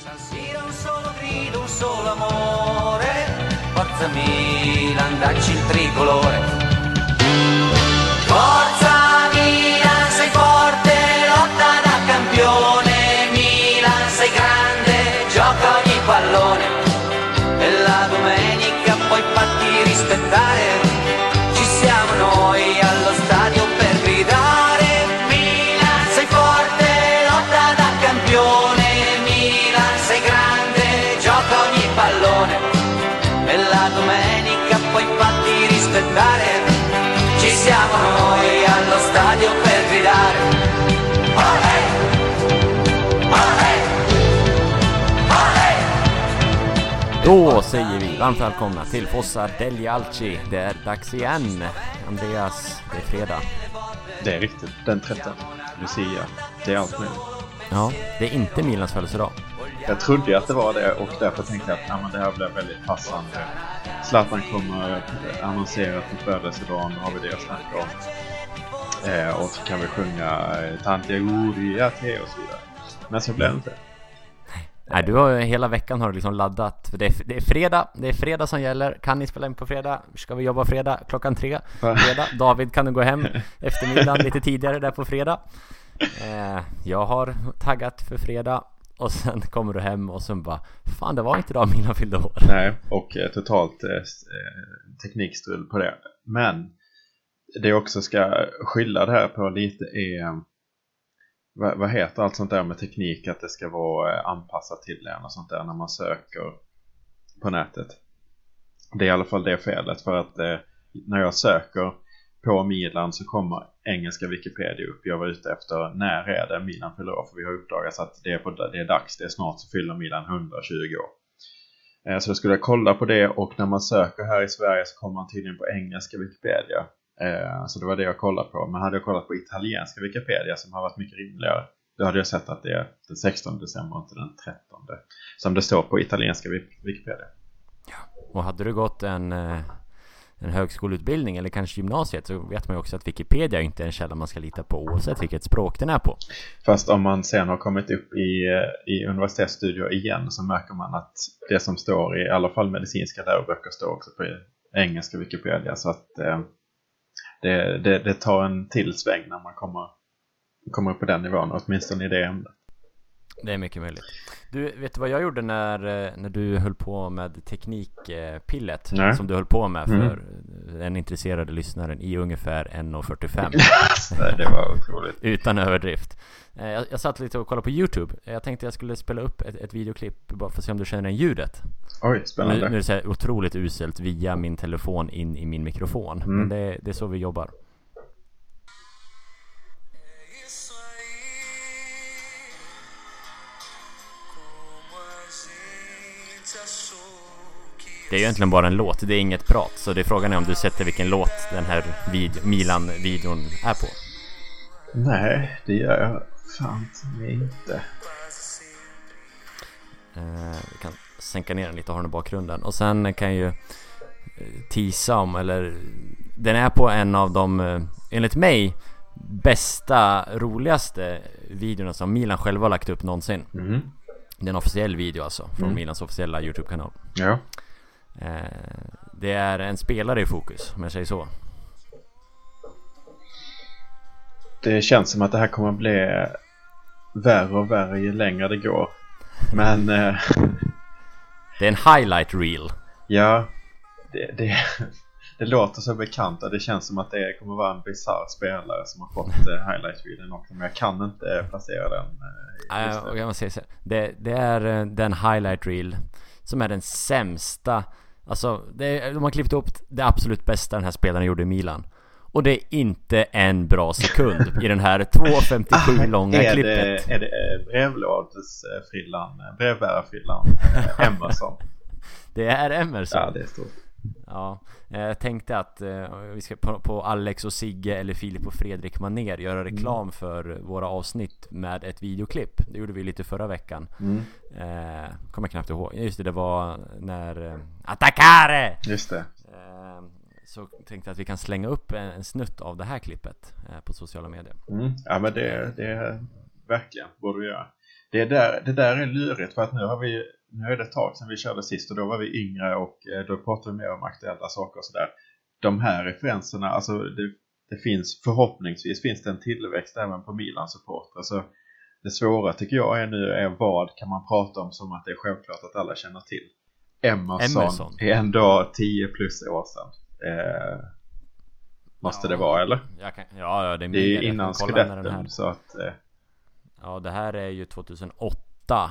San Siro, un solo grido, un solo amore. Forza Milan, dacci il tricolore. Forza Milan, sei forte, lotta da campione. Milan, sei grande, gioca ogni pallone. E la domenica poi fatti rispettare. Ci siamo noi allo stadio per gridare. Milan, sei forte, lotta da campione. Milan, sei grande, gioca ogni pallone. E la domenica poi fatti rispettare. Ci siamo noi allo stadio per gridare. Olè! Olè! Olè! Då säger vi varmt välkomna till Fossa degli Alci. Det är dags igen. Andreas, det är fredag. Det är riktigt, den 13. Lucia, det är allt nu. Ja, det är inte Milans födelsedag. Jag trodde ju att det var det och därför tänkte jag att det här blir väldigt passande. Zlatan kommer annonserat på födelsedagen, då har vi det att snacka om. Och så kan vi sjunga Tantia Gloria te och så vidare. Men så blev det inte. Nej, du har hela veckan har du liksom laddat. För det är fredag som gäller. Kan ni spela in på fredag? Ska vi jobba fredag klockan 3? Fredag. David, kan du gå hem eftermiddagen lite tidigare där på fredag? Jag har taggat för fredag. Och sen kommer du hem och sen bara, fan, det var inte då mina fyllde år. Nej, och totalt teknikstrul på det. Men det jag också ska skylla det här på lite är vad heter allt sånt där med teknik, att det ska vara anpassat till en och sånt där när man söker på nätet. Det är i alla fall det felet, för att när jag söker på Milan så kommer engelska Wikipedia upp. Jag var ute efter när är det Milan fyller år, för vi har uppdagat att det är dags, det är snart så fyller Milan 120 år. Så då skulle jag kolla på det, och när man söker här i Sverige så kommer man tydligen på engelska Wikipedia. Så det var det jag kollade på. Men hade jag kollat på italienska Wikipedia, som har varit mycket rimligare, då hade jag sett att det är den 16 december, inte den 13, som det står på italienska Wikipedia. Ja. Och hade du gått en högskoleutbildning eller kanske gymnasiet, så vet man ju också att Wikipedia inte är en källa man ska lita på oavsett vilket språk den är på. Fast om man sen har kommit upp i universitetsstudier igen, så märker man att det som står i alla fall medicinska läroböcker står också på engelska Wikipedia. Så att det tar en till sväng när man kommer upp på den nivån, åtminstone i det ämnet. Det är mycket möjligt. Du, vet du vad jag gjorde när du höll på med teknikpillet? Nej. Som du höll på med för den intresserade lyssnaren i ungefär 1:45. Det var otroligt. Utan överdrift. Jag satt lite och kollade på YouTube. Jag tänkte jag skulle spela upp ett videoklipp bara för att se om du känner igen ljudet. Oj, spännande. Nu är det så här otroligt uselt via min telefon in i min mikrofon. Men det är så vi jobbar. Det är ju egentligen bara en låt, det är inget prat. Så det är frågan är om du sätter vilken låt den här Milan-videon är på. Nej, det gör jag fan inte. Vi kan sänka ner den lite och ha den i bakgrunden. Och sen kan jag ju tisa om, eller den är på en av de, enligt mig, bästa, roligaste videorna som Milan själva har lagt upp någonsin. Det är en officiell video alltså, från Milans officiella YouTube-kanal. Ja. Det är en spelare i fokus, om jag säger så. Det känns som att det här kommer att bli värre och värre ju längre det går. Men det är en highlight reel. Ja, det låter så bekant. Det känns som att det kommer vara en bizarr spelare som har fått highlight reelen också. Men jag kan inte placera den. Och jag måste säga så. Det är den highlight reel som är den sämsta. Alltså, de har klippt upp det absolut bästa den här spelaren gjorde i Milan. Och det är inte en bra sekund i den här 2:57 långa klippet. Är det brevbärarfrillan Emerson? Det är Emerson. Ja, det är stort. Ja, jag tänkte att vi ska på Alex och Sigge eller Filip och Fredrik Maner göra reklam för våra avsnitt med ett videoklipp. Det gjorde vi lite förra veckan. Kommer jag knappt ihåg. Just det var när Attaccare! Just det. Så tänkte jag att vi kan slänga upp en snutt av det här klippet på sociala medier. Ja, men det är verkligen borde vi göra. det där är lurigt, för att nu är det ett tag sedan vi körde sist, och då var vi yngre och då pratade vi mer om aktuella saker och sådär. De här referenserna, alltså det finns, förhoppningsvis finns det en tillväxt även på Milan-support. Alltså det svåra tycker jag är vad kan man prata om som att det är självklart att alla känner till. Emerson är ändå 10 plus år sedan. Måste det vara, eller? Det är ju innan skudetten, så att... Ja, det här är ju 2008.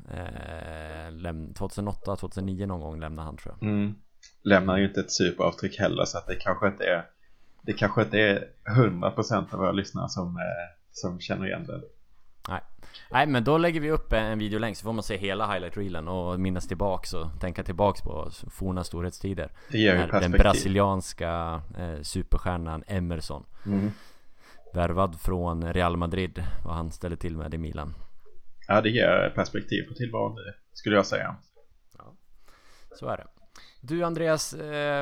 2008-2009 någon gång lämnar han, tror jag. Lämnar ju inte ett superavtryck heller, så att det kanske inte är 100% av våra lyssnare som känner igen det. Nej, men då lägger vi upp en videolänk, så får man se hela highlight-reelen och minnas tillbaks och tänka tillbaks på forna storhetstider. Det ger ju perspektiv. Den brasilianska superstjärnan Emerson, värvad från Real Madrid, vad han ställde till med i Milan. Ja, det ger perspektiv på tillvaron, skulle jag säga. Ja, så är det. Du, Andreas,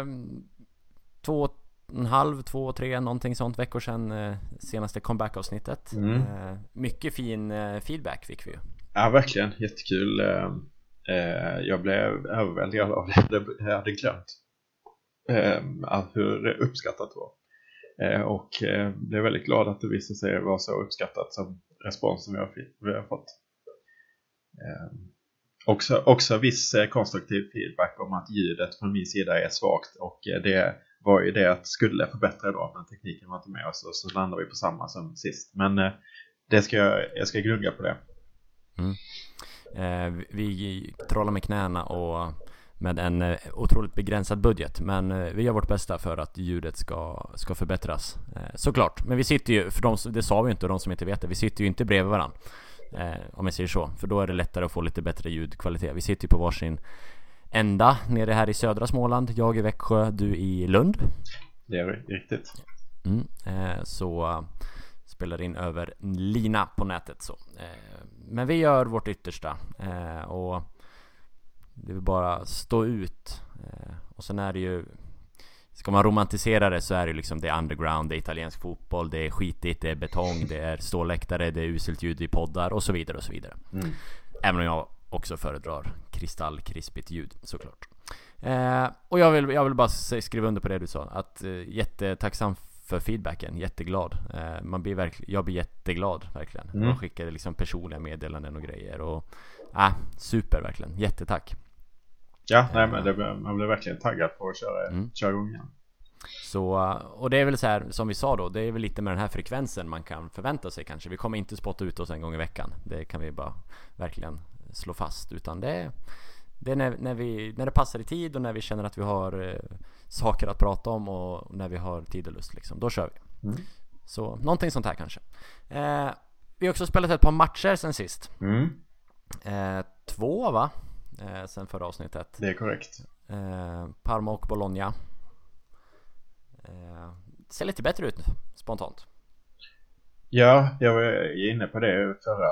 2,5-3 någonting sånt veckor sedan senaste comeback-avsnittet. Mycket fin feedback fick vi ju. Ja, verkligen, jättekul. Jag blev överväldigad av det. Jag hade glömt hur uppskattat det var. Och blev väldigt glad att det visade sig vara så uppskattat som responsen vi har fått. Också viss konstruktiv feedback om att ljudet från min sida är svagt, och det var ju det att skulle förbättra då, men tekniken var inte med oss, och så landar vi på samma som sist. Men jag ska grunga på det. Vi trollar med knäna och med en otroligt begränsad budget, men vi gör vårt bästa för att ljudet ska förbättras, såklart. Men vi sitter ju, det sa vi inte, de som inte vet det, vi sitter ju inte bredvid varandra, om jag säger så, för då är det lättare att få lite bättre ljudkvalitet. Vi sitter ju på varsin ända nere här i södra Småland, jag i Växjö, du i Lund. Det är riktigt. Så spelar in över lina på nätet så. Men vi gör vårt yttersta, och det vill bara stå ut. Och sen är det ju, ska man romantisera det, så är det liksom, det är underground, det är italiensk fotboll, det är skitigt, det är betong, det är ståläktare, det är uselt ljud i poddar och så vidare och så vidare. Även om jag också föredrar kristallkrispigt ljud, såklart. Och jag vill bara skriva under på det du sa, att jättetacksam för feedbacken, jätteglad. Jag blir jätteglad, verkligen. Man skickade liksom personliga meddelanden och grejer, och super, verkligen. Jättetack. Ja, nej, men man blev verkligen taggad på att köra igång igen. Så, och det är väl så här, som vi sa då, det är väl lite med den här frekvensen man kan förvänta sig kanske. Vi kommer inte spotta ut oss en gång i veckan. Det kan vi bara verkligen slå fast, utan det är när det passar i tid, och när vi känner att vi har saker att prata om, och när vi har tid och lust liksom, då kör vi. Så någonting sånt här kanske. Vi har också spelat ett par matcher sen sist. 2 va? Sen förra avsnittet. Det är korrekt. Parma och Bologna. Ser lite bättre ut spontant. Ja, jag var inne på det förra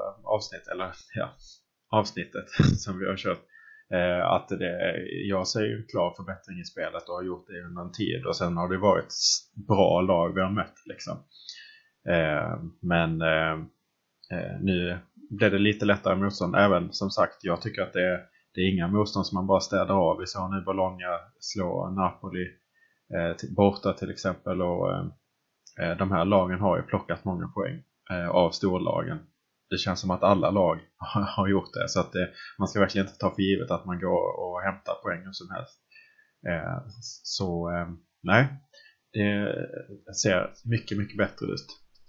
avsnittet som vi har kört. Att jag ser ju en klar förbättring i spelet, och har gjort det under en tid, och sen har det varit bra lag vi har mött liksom. Men nu blev det lite lättare motstånd. Även som sagt, jag tycker att det är inga motstånd som man bara städar av. Vi såg nu Bologna slå Napoli borta till exempel, och de här lagen har ju plockat många poäng av storlagen. Det känns som att alla lag har gjort det, så att man ska verkligen inte ta för givet att man går och hämtar poäng hur som helst. Nej, det ser mycket, mycket bättre ut.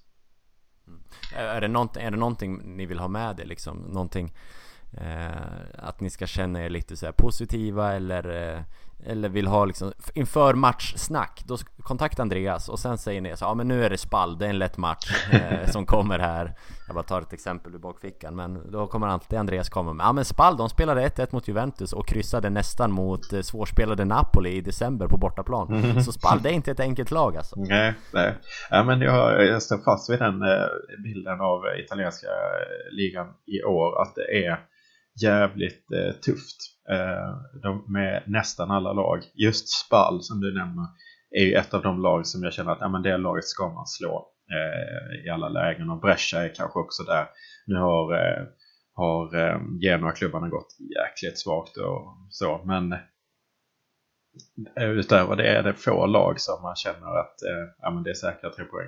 Är det någonting ni vill ha med det liksom? Någonting att ni ska känna er lite så här positiva, eller vill ha liksom inför matchsnack, då kontakta Andreas, och sen säger ni så, men nu är det Spal, det är en lätt match som kommer här. Jag bara tar ett exempel ur bakfickan, men då kommer alltid Andreas komma med, men Spal, de spelade 1-1 mot Juventus och kryssade nästan mot svårspelade Napoli i december på bortaplan. Så Spal, det är inte ett enkelt lag alltså. Nej. Ja, men jag står fast vid den bilden av italienska ligan i år, att det är jävligt tufft med nästan alla lag. Just Spal, som du nämner, är ju ett av de lag som jag känner att det laget ska man slå i alla lägen, och Brescia är kanske också där. Nu har Genoa-klubbarna gått jäkligt svagt och så, men utöver det är det få lag som man känner att men det är säkra 3 poäng.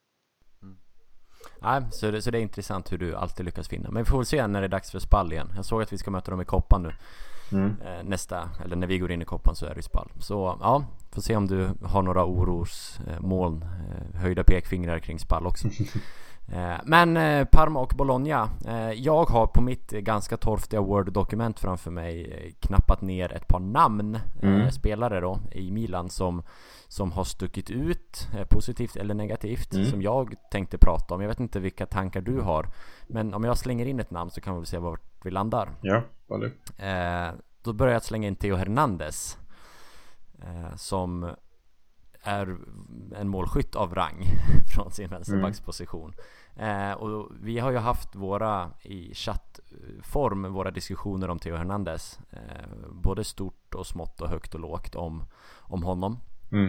Nej, så det är intressant hur du alltid lyckas vinna. Men vi får väl se när det är dags för Spal igen. Jag såg att vi ska möta dem i koppan nu. Eller när vi går in i koppan så är det i Spal. Så ja, får se om du har några orosmoln, höjda pekfingrar kring Spal också. Men Parma och Bologna, jag har på mitt ganska torftiga Word-dokument framför mig knappat ner ett par namn, spelare då i Milan som har stuckit ut, positivt eller negativt, som jag tänkte prata om. Jag vet inte vilka tankar du har, men om jag slänger in ett namn så kan vi väl se vart vi landar. Ja, vad då börjar jag slänga in Theo Hernandez, som är en målskytt av rang från sin vänsterbacksposition. Och vi har ju haft våra i chattform, våra diskussioner om Theo Hernandez, både stort och smått och högt och lågt om honom.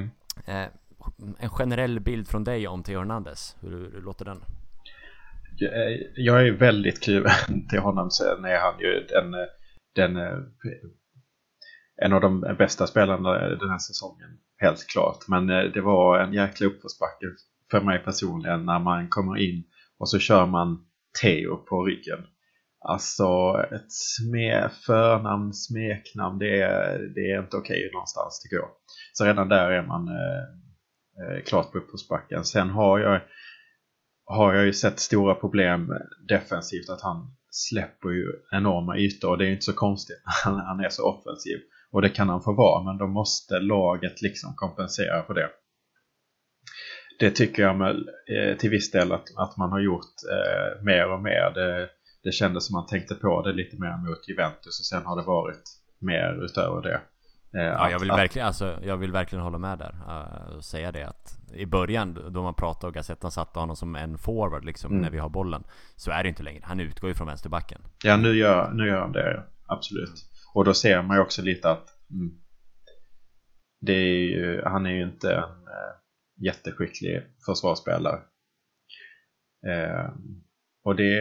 En generell bild från dig om Theo Hernandez, hur låter den? Jag är väldigt kluven till honom. Sen är han ju en av de bästa spelarna den här säsongen, helt klart. Men det var en jäkla uppförsbacke för mig personligen när man kommer in och så kör man Theo på ryggen. Alltså ett förnamn, smeknamn, det är inte okej någonstans tycker jag. Så redan där är man klart på uppförsbacken. Sen har jag ju sett stora problem defensivt, att han släpper ju enorma ytor, och det är inte så konstigt. Han är så offensiv, och det kan han få vara, men då måste laget liksom kompensera för det. Det tycker jag till viss del att man har gjort mer och mer. Det kändes som man tänkte på det lite mer mot Juventus, och sen har det varit mer utöver det. Jag vill verkligen hålla med där och säga det, att i början då man pratade och Gazettan satte honom som en forward liksom, när vi har bollen, så är det inte längre. Han utgår ju från vänsterbacken. Ja, nu gör han det, absolut. Och då ser man ju också lite att han är ju inte en jätteskicklig försvarsspelare. Och det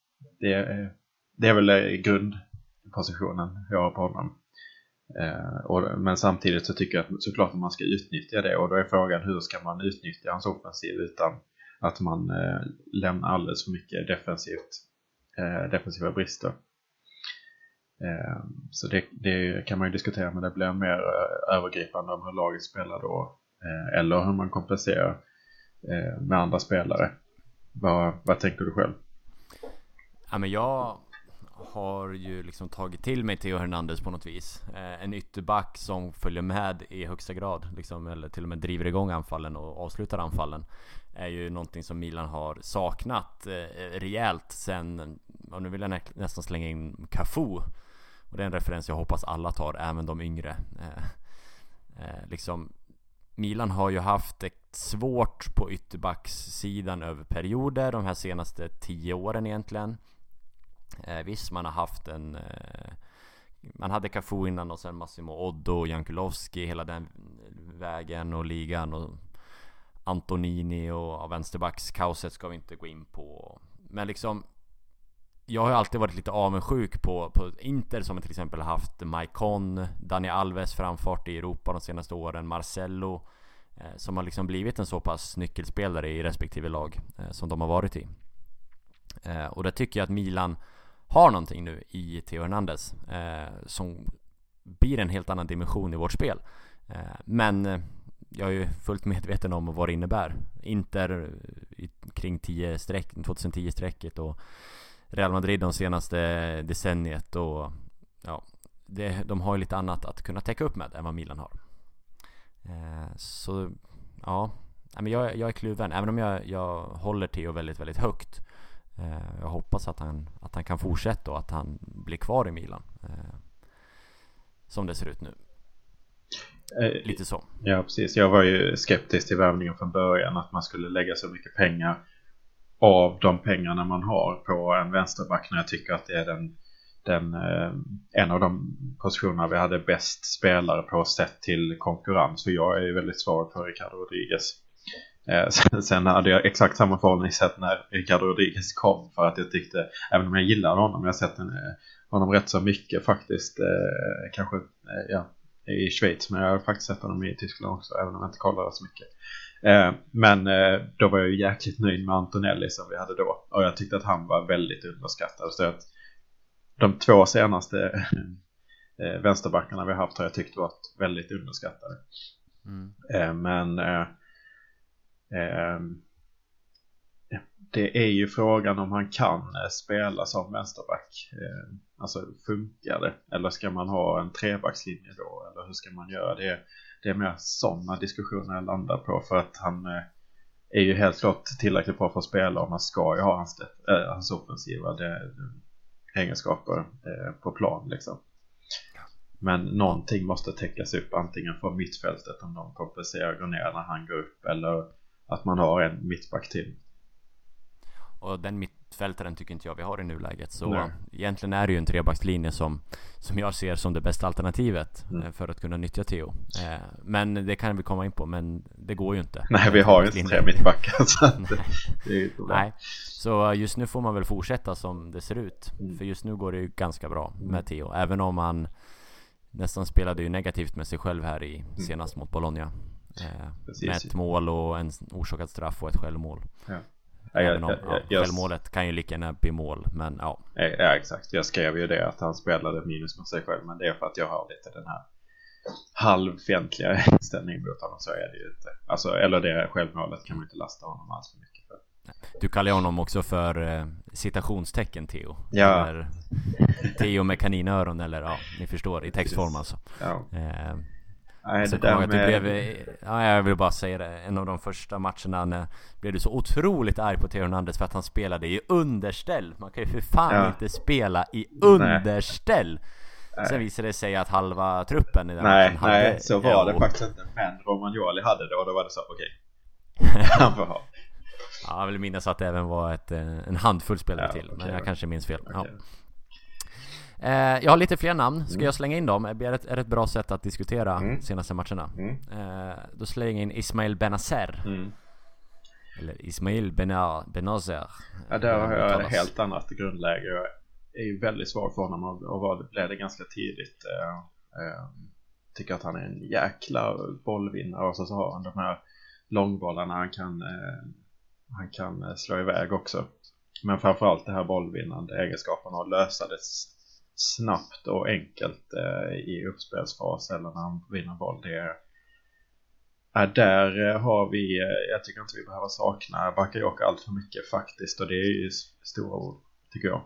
är väl grundpositionen jag har på honom. Men samtidigt så tycker jag att såklart att man ska utnyttja det, och då är frågan hur ska man utnyttja hans offensiv utan att man lämnar alldeles för mycket defensiva brister. Så det kan man ju diskutera, men det blir mer övergripande om hur laget spelar då, eller hur man kompenserar med andra spelare. Vad tänker du själv? Ja, men jag har ju liksom tagit till mig Theo Hernandez på något vis. En ytterback som följer med i högsta grad liksom, eller till och med driver igång anfallen och avslutar anfallen, är ju någonting som Milan har saknat rejält sen, och nu vill jag nästan slänga in Cafu, och det är en referens jag hoppas alla tar, även de yngre. Liksom Milan har ju haft ett svårt på ytterbacksidan över perioder de här senaste 10 åren egentligen. Visst, man har haft man hade Cafu innan, och sen Massimo Oddo, Jankulovski, hela den vägen, och ligan, och Antonini och vänsterbackskaoset ska vi inte gå in på. Men liksom, jag har alltid varit lite avundsjuk på Inter, som till exempel har haft Maicon, Dani Alves framfart i Europa de senaste åren, Marcelo, som har liksom blivit en så pass nyckelspelare i respektive lag som de har varit i. Och det tycker jag att Milan har någonting nu i Theo Hernandez som blir en helt annan dimension i vårt spel. Men jag är ju fullt medveten om vad det innebär. Inter kring 2010-strecket och Real Madrid de senaste decenniet, och ja, de har ju lite annat att kunna täcka upp med än vad Milan har. Så ja, men jag är kluven, även om jag håller Theo väldigt, väldigt högt. Jag hoppas att han kan fortsätta och att han blir kvar i Milan som det ser ut nu. Lite så. Ja, precis. Jag var ju skeptisk till värvningen från början, att man skulle lägga så mycket pengar av de pengarna man har på en vänsterback, när jag tycker att det är en av de positionerna vi hade bäst spelare på sett till konkurrens. För jag är ju väldigt svag för Ricardo Rodriguez. Sen hade jag exakt samma förhållningssätt när Ricardo Rodriguez kom, för att jag tyckte, även om jag gillar honom, jag har sett honom rätt så mycket faktiskt, kanske i Schweiz, men jag har faktiskt sett honom i Tyskland också, även om jag inte kollar så mycket. Men då var jag ju jäkligt nöjd med Antonelli som vi hade då, och jag tyckte att han var väldigt underskattad, så att de 2 senaste vänsterbackarna vi har haft har jag tyckt varit väldigt underskattade. Men det är ju frågan om han kan spela som vänsterback. Alltså funkar det? Eller ska man ha en 3-backslinje då? Eller hur ska man göra det? Det är mer sådana diskussioner jag landar på, för att han är ju helt klart tillräckligt bra för att spela, och man ska ju ha hans offensiva egenskaper på plan liksom. Men någonting måste täckas upp, antingen från mittfältet om de kompenserar går ner när han går upp, eller att man har en mittback till. Och den mittfältaren tycker inte jag vi har i nuläget. Så egentligen är det ju en 3-backslinje som jag ser som det bästa alternativet för att kunna nyttja Theo. Men det kan vi komma in på, men det går ju inte. Nej, vi har ju inte 3 mittbackar. Nej. Så just nu får man väl fortsätta som det ser ut. För just nu går det ju ganska bra med Theo. Även om han nästan spelade ju negativt med sig själv här i senast mot Bologna. Med ett mål och en orsakad straff och ett självmål. Ja. Även om självmålet kan ju lika gärna bli mål, men ja, exakt. Jag skrev ju det att han spelade minus med sig själv, men det är för att jag har lite den här halvfientliga inställningen mot honom, så är det ju inte. Alltså, eller det självmålet kan man inte lasta honom alls för mycket för. Du kallar honom också för citationstecken Theo. Ja. Eller Theo med kaninöron, eller ja, ni förstår, i textform alltså. Ja. Nej, så det med... jag vill bara säga det, en av de första matcherna blev du så otroligt arg på Theo Hernandez för att han spelade i underställ. Man kan ju för fan inte spela i underställ. Sen visade det sig att halva truppen i den matchen hade... Nej, så var det faktiskt inte. Men Romagnoli hade det, och då var det så, okej. Han får ha. Ja, jag vill minnas att det även var en handfull spelare till, men jag kanske minns fel. Ja. Jag har lite fler namn. Ska jag slänga in dem? Är det ett bra sätt att diskutera senaste matcherna? Då slänger jag in Ismail Benazer. Eller Ismail Benazer. Ja, där har jag ett helt annat grundläge. Jag är ju väldigt svag för honom, och blev det ganska tidigt. Tycker att han är en jäkla bollvinnare, och så har han de här långbollarna han kan slå iväg också. Men framförallt det här bollvinnande egenskapen, och lösa det snabbt och enkelt i uppspelsfas eller när han vinner boll. Där har vi, jag tycker inte vi behöver sakna Bakayoko allt för mycket faktiskt, och det är ju stora ord tycker jag.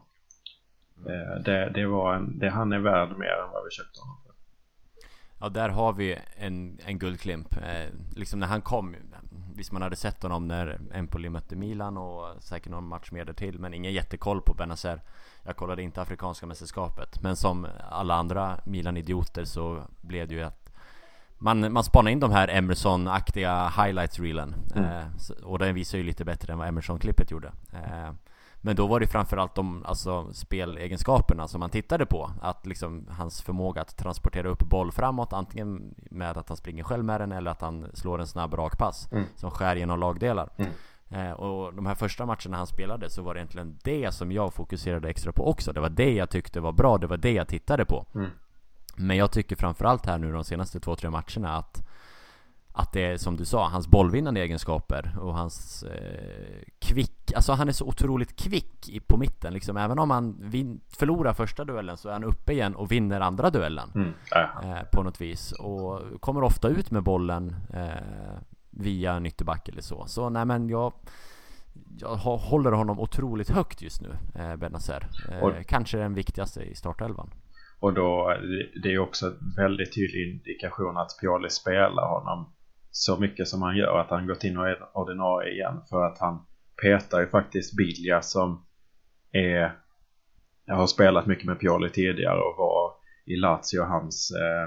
Han är värd mer än vad vi köpte honom för. Ja, där har vi en guldklimp. Liksom när han kom, visst man hade sett honom när Empoli mötte Milan och säkert någon match mer där till, men ingen jättekoll på Benazer. Jag kollade inte afrikanska mästerskapet, men som alla andra Milan-idioter så blev det ju att man spanar in de här Emerson-aktiga highlights-reelen. Och den visar ju lite bättre än vad Emerson-klippet gjorde. Men då var det framförallt de spelegenskaperna som man tittade på. Att liksom hans förmåga att transportera upp boll framåt, antingen med att han springer själv med den eller att han slår en snabb rak pass som skär genom lagdelar. Och de här första matcherna han spelade så var det egentligen det som jag fokuserade extra på också. Det var det jag tyckte var bra, det var det jag tittade på. Men jag tycker framförallt här nu de senaste 2-3 matcherna att det är som du sa, hans bollvinnande egenskaper och hans kvick, alltså han är så otroligt kvick på mitten liksom. Även om han förlorar första duellen så är han uppe igen och vinner andra duellen på något vis, och kommer ofta ut med bollen via en ytterback eller så nej, men jag håller honom otroligt högt just nu, Benazer. Kanske den viktigaste i startelvan. Och då, det är också en väldigt tydlig indikation att Pioli spelar honom så mycket som han gör, att han gått in och är ordinarie igen, för att han petar ju faktiskt Biglia som jag har spelat mycket med Pioli tidigare och var i Lazio hans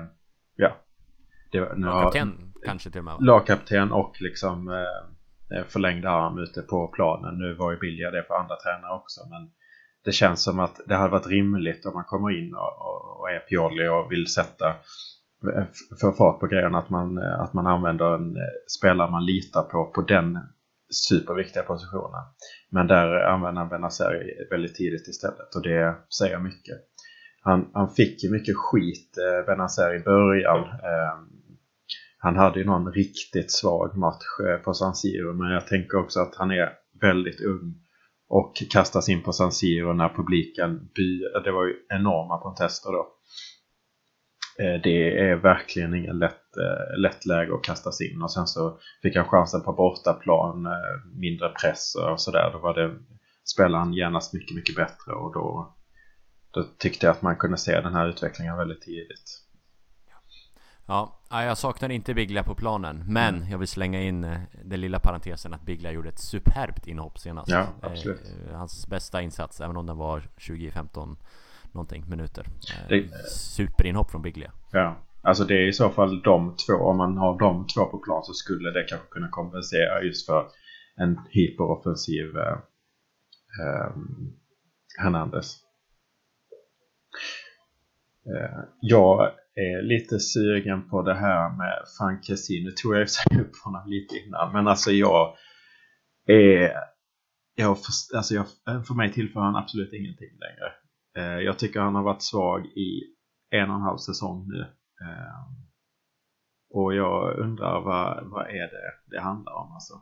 lagkapten kanske till och med. Lagkapten och liksom förlängda arm ute på planen. Nu var ju Biglia det för andra tränare också, men det känns som att det hade varit rimligt om man kommer in och är Pioli och vill för fart på grejen, att man använder en spelare man litar på den superviktiga positioner. Men där använder han Benazer väldigt tidigt istället, och det säger mycket. Han fick ju mycket skit, Benazer, i början. Han hade ju någon riktigt svag match på San Siro, men jag tänker också att han är väldigt ung och kastas in på San Siro när publiken det var ju enorma protester då. Det är verkligen ingen lätt läge att kastas in, och sen så fick han chansen på bortaplan, mindre press och sådär. Då spelade han genast mycket, mycket bättre, och då tyckte jag att man kunde se den här utvecklingen väldigt tidigt. Ja, jag saknar inte Biglia på planen, men jag vill slänga in den lilla parentesen att Biglia gjorde ett superbt inhopp senast. Ja, absolut. Hans bästa insats, även om den var 20-15 någonting minuter. Det... Superinhopp från Biglia. Ja, alltså det är i så fall de två. Om man har de två på plan så skulle det kanske kunna kompensera just för en hyperoffensiv Hernandez. Jag är lite sugen på det här med Frank Kessie. Nu tog jag upp honom lite innan, men alltså för mig tillför han absolut ingenting längre. Jag tycker han har varit svag i 1,5 säsong nu. Och jag undrar vad är det handlar om alltså.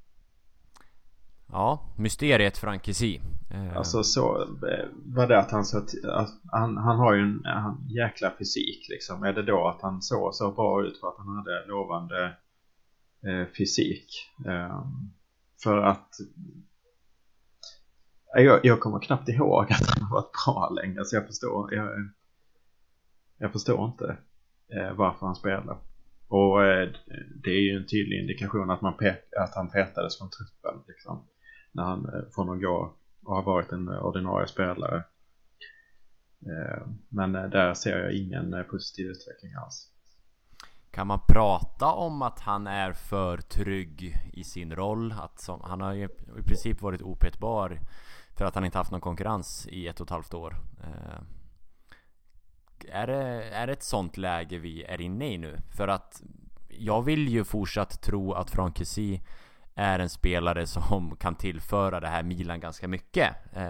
Ja, mysteriet Frank Kessie. Alltså så var det att han har ju en jäkla fysik liksom. Är det då att han så bra ut för att han hade lovande fysik? För att jag kommer knappt ihåg att han har varit bra länge, så jag förstår inte varför han spelar. Och det är ju en tydlig indikation att han petades från truppen liksom, när han får någon gå och har varit en ordinarie spelare. Men där ser jag ingen positiv utveckling alls. Kan man prata om att han är för trygg i sin roll? Han har ju i princip varit opetbar för att han inte haft någon konkurrens i 1,5 år. Är det ett sånt läge vi är inne i nu? För att jag vill ju fortsatt tro att Frank Kessie är en spelare som kan tillföra det här Milan ganska mycket.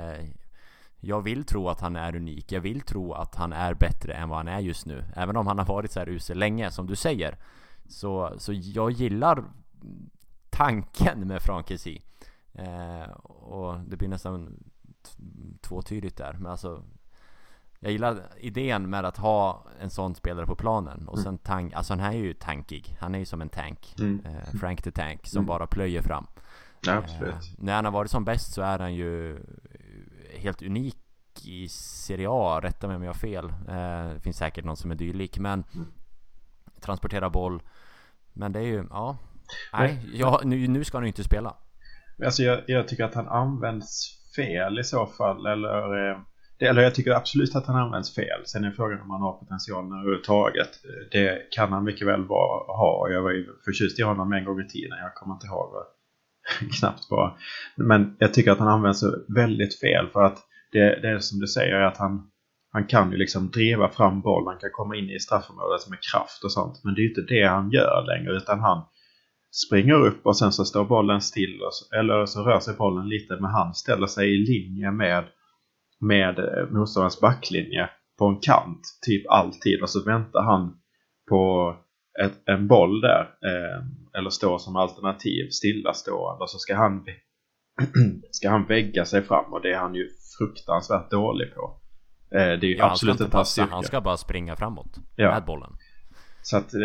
Jag vill tro att han är unik. Jag vill tro att han är bättre än vad han är just nu. Även om han har varit så här usel länge, som du säger. Så jag gillar tanken med Frank Kessie. Och det blir nästan tvåtydigt där. Men alltså, jag gillar idén med att ha en sån spelare på planen. Och sen alltså han är ju tankig. Han är ju som en tank. Frank the Tank som bara plöjer fram. Ja, absolut. När han har varit som bäst så är han ju helt unik i Serie A. Rätta mig om jag har fel. Det finns säkert någon som är dylik, men transportera boll. Men det är ju, nu ska han ju inte spela. Alltså jag tycker att han används fel i så fall, eller jag tycker absolut att han används fel. Sen är frågan om han har potentialen överhuvudtaget. Det kan han mycket väl ha. Jag var ju förtjust i honom en gång i tiden. Jag kommer inte ihåg knappt bara. Men jag tycker att han används väldigt fel, för att det är som du säger, att han kan ju liksom driva fram boll. Han kan komma in i straffområdet med kraft och sånt. Men det är ju inte det han gör längre, utan han springer upp och sen så står bollen still, eller så rör sig bollen lite, men han ställer sig i linje med motståndarens backlinje på en kant typ alltid, och så väntar han på en boll där, eller står som alternativ stillastående, och så ska han vägga sig fram, och det är han ju fruktansvärt dålig på. Det är ju absolut inte hans styrka. Han ska bara springa framåt med bollen. Så att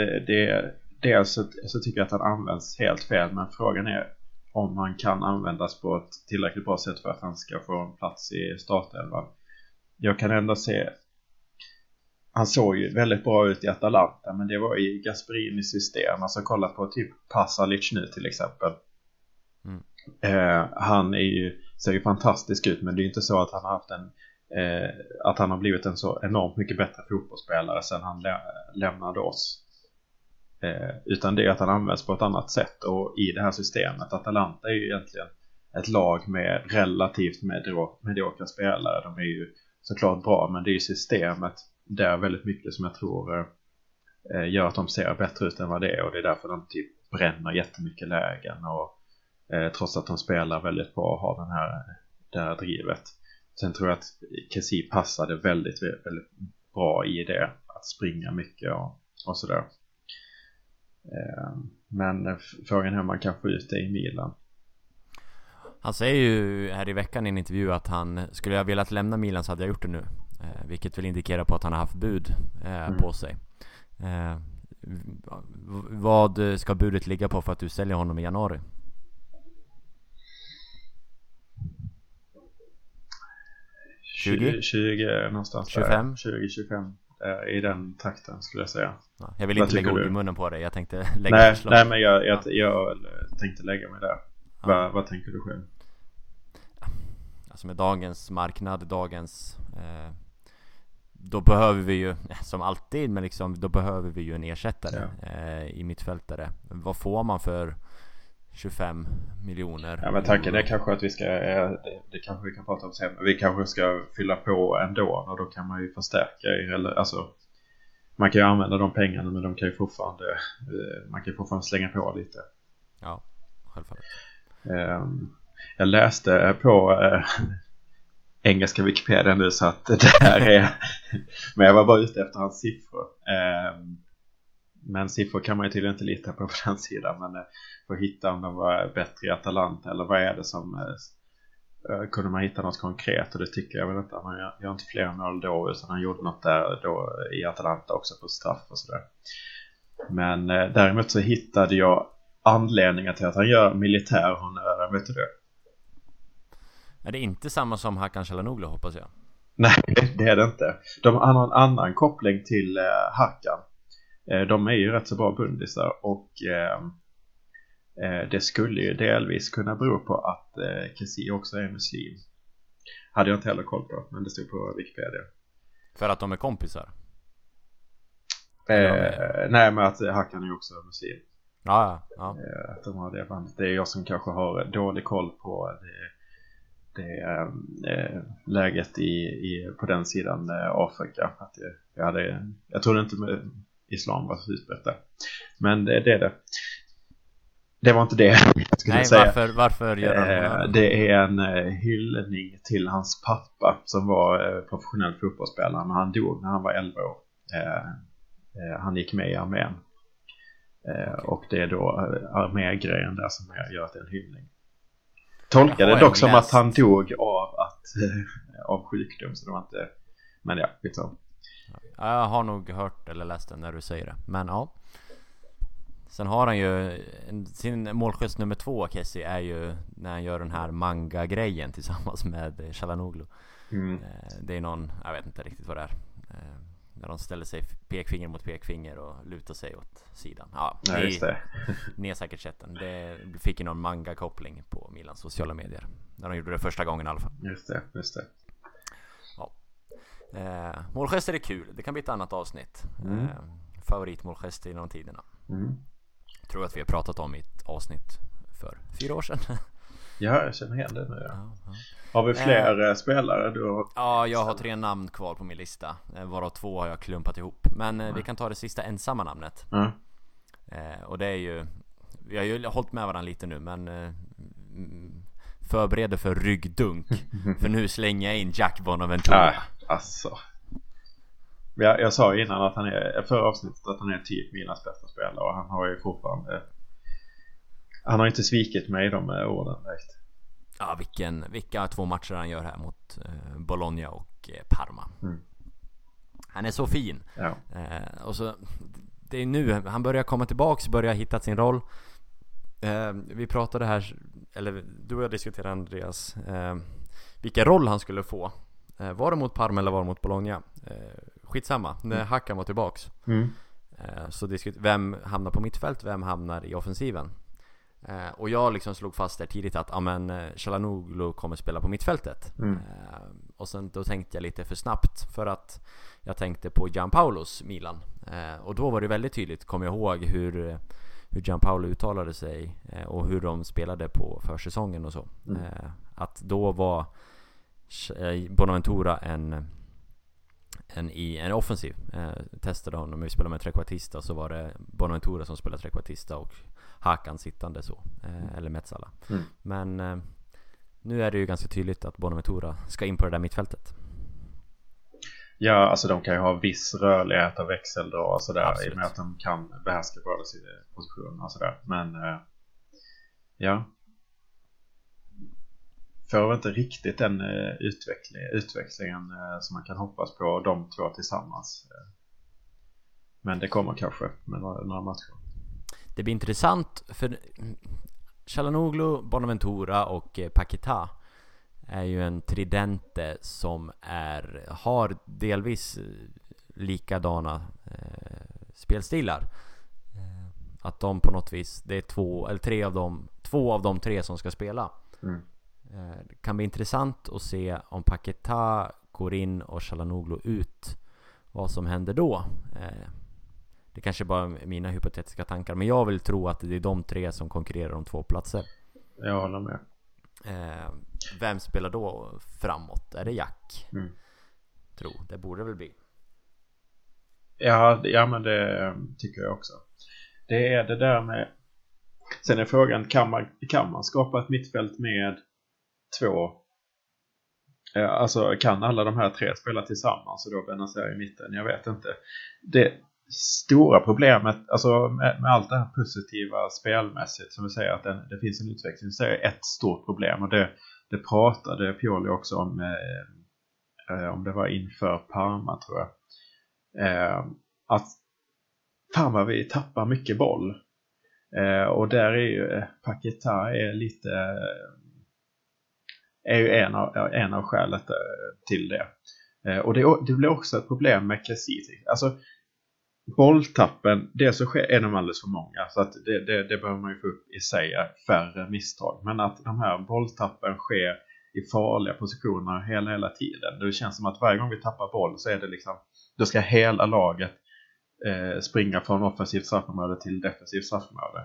så tycker jag att han används helt fel, men frågan är om han kan användas på ett tillräckligt bra sätt för att han ska få en plats i startelvan. Jag kan ändå se, han såg ju väldigt bra ut i Atalanta, men det var i Gasperinis system. Alltså kolla på typ Pasalic nu till exempel. Han ser ju fantastisk ut, men det är ju inte så att han har haft att han har blivit en så enormt mycket bättre fotbollsspelare sedan han lämnade oss. Utan det är att han används på ett annat sätt. Och i det här systemet, Atalanta är ju egentligen ett lag med relativt mediokra spelare. De är ju såklart bra, men det är ju systemet där väldigt mycket som jag tror gör att de ser bättre ut än vad det är. Och det är därför de typ bränner jättemycket lägen och Trots att de spelar väldigt bra och har det här drivet. Sen tror jag att Kessie passade väldigt, väldigt bra i det. Att springa mycket och sådär. Men frågan är hur man kan få ut det i Milan. Han säger ju här i veckan i en intervju att han skulle jag velat lämna Milan så hade jag gjort det nu. Vilket väl indikerar på att han har haft bud på sig. Vad ska budet ligga på för att du säljer honom i januari? 20 någonstans 25? 20-25 i den takten skulle jag säga. Ja, jag vill inte lägga ord i munnen på dig. Jag tänkte lägga Nej, men jag tänkte lägga mig där. Vad tänker du själv? Alltså med dagens marknad, då behöver vi ju, som alltid, men liksom, då behöver vi ju en ersättare i mittfältare. Vad får man för 25 miljoner? Ja, men tanken är kanske att vi ska, det kanske vi kan prata om sen, men vi kanske ska fylla på ändå, och då kan man ju förstärka, eller alltså man kan ju använda de pengarna, men de kan ju fortfarande, man kan ju fortfarande slänga på lite. Ja, självfallet. Jag läste på engelska Wikipedia nu, så att det här är men jag var bara ute efter hans siffror. Men siffror kan man ju tydligen inte lita på den sidan, men för att hitta om de var bättre i Atalanta, eller vad är det som kunde man hitta något konkret, och det tycker jag väl inte. Han gör inte fler mål då, utan han gjorde något där då i Atalanta också på straff och sådär. Men däremot så hittade jag anledningar till att han gör militär honör, vet du det? Är det inte samma som Hakan Çalhanoğlu, hoppas jag? Nej, det är det inte. De har en annan koppling till Hakan. De är ju rätt så bra bundisar, och det skulle ju delvis kunna bero på att Kessie också är muslim. Hade jag inte heller koll på, men det stod på Wikipedia. För att de är kompisar? Nej, men att Hakan är också muslim. Ja. Att de har det bandet. Det är jag som kanske har dålig koll på det läget på den sidan Afrika. Att jag trodde inte med islam var så utbrett där. Men det är det. Det var inte det jag skulle säga. Varför gör han det är en hyllning till hans pappa, som var professionell fotbollsspelare, men han dog när han var 11 år. Han gick med i armén. Och det är då armégrejen där som gör att det är en hyllning. Tolkade dock som att han dog av sjukdom, så det var inte, men ja, liksom. Jag har nog hört eller läst det när du säger det. Men ja. Sen har han ju sin målgest nummer 2, Kessie, är ju när han gör den här manga-grejen tillsammans med Çalhanoğlu. Det är någon, jag vet inte riktigt vad det är. När de ställer sig pekfinger mot pekfinger och lutar sig åt sidan. Ja, just det. Ni har säkert sett den. Det fick ju någon manga-koppling på Milans sociala medier. När de gjorde det första gången i alla fall. Just det. Ja. Målgester är kul. Det kan bli ett annat avsnitt. Favoritmålgester genom tiderna. Tror att vi har pratat om i ett avsnitt för 4 år sedan. Ja, jag känner igen det nu. Ja. Har vi fler spelare? Ja, jag har 3 namn kvar på min lista, varav 2 har jag klumpat ihop. Men vi kan ta det sista ensamma namnet. Och det är ju, vi har ju hållit med varandra lite nu, men förbereder för ryggdunk. För nu slänger jag in Jack Bonaventura. Alltså. Jag sa innan att han är, förra avsnittet, att han är typ Milans bästa spelare, och han har ju fortfarande, han har inte svikit mig i de åren direkt. Ja, vilka 2 matcher han gör här mot Bologna och Parma. Han är så fin. Ja. Och så det är nu han börjar komma tillbaks, börjar hitta sin roll. Vi pratade här, eller du och jag diskuterade, Andreas, vilka roll han skulle få. Var det mot Parma eller var det mot Bologna? Skitsamma, när Hakan var tillbaks. Så vem hamnar på mittfält, vem hamnar i offensiven? Och jag liksom slog fast där tidigt att Çalhanoğlu kommer spela på mittfältet. Och sen då tänkte jag lite för snabbt, för att jag tänkte på Gianpaolos Milan. Och då var det väldigt tydligt, kommer jag ihåg hur Gianpaolo uttalade sig och hur de spelade på försäsongen och så. Att då var Bonaventura en offensiv. Testade honom när vi spelade med trekvartista, så var det Bonaventura som spelade trekvartista och Hakan sittande så, eller Metsala. Men nu är det ju ganska tydligt att Bonaventura ska in på det där mittfältet. Ja, alltså de kan ju ha viss rörlighet och växeldrag och sådär, i och med att de kan behärska båda sina positioner och sådär. Men ja, får inte riktigt den utvecklingen som man kan hoppas på de två tillsammans. Men det kommer kanske med några matcher. Det blir intressant för Çalhanoğlu, Bonaventura och Paquetá är ju en tridente som har delvis likadana spelstilar. Att de på något vis, det är två av de tre som ska spela. Det kan bli intressant att se om Paquetá går in och Çalhanoğlu ut, vad som händer då. Det kanske bara är mina hypotetiska tankar, men jag vill tro att det är de tre som konkurrerar om 2 platser. Jag håller med. Vem spelar då framåt? Är det Jack? Det borde väl bli. Ja, men det tycker jag också. Det är det där med. Sen är frågan, kan man skapa ett mittfält med 2? Alltså kan alla de här 3 spela tillsammans och då Benazer i mitten? Jag vet inte. Det stora problemet, alltså med allt det här positiva spelmässigt som vi säger, att det finns en utveckling, så är ett stort problem, och det pratade Pioli också om det var inför Parma, tror jag, att fan vad vi tappar mycket boll, och där är ju Paquetá är ju en av skälet till det, och det blir också ett problem med Kessie. Alltså bolltappen, det så sker är de alldeles för många, så att det behöver man ju få upp i sig färre misstag, men att de här bolltappen sker i farliga positioner hela tiden. Det känns som att varje gång vi tappar boll så är det liksom, då ska hela laget springa från offensivt straffområde till defensivt straffområde.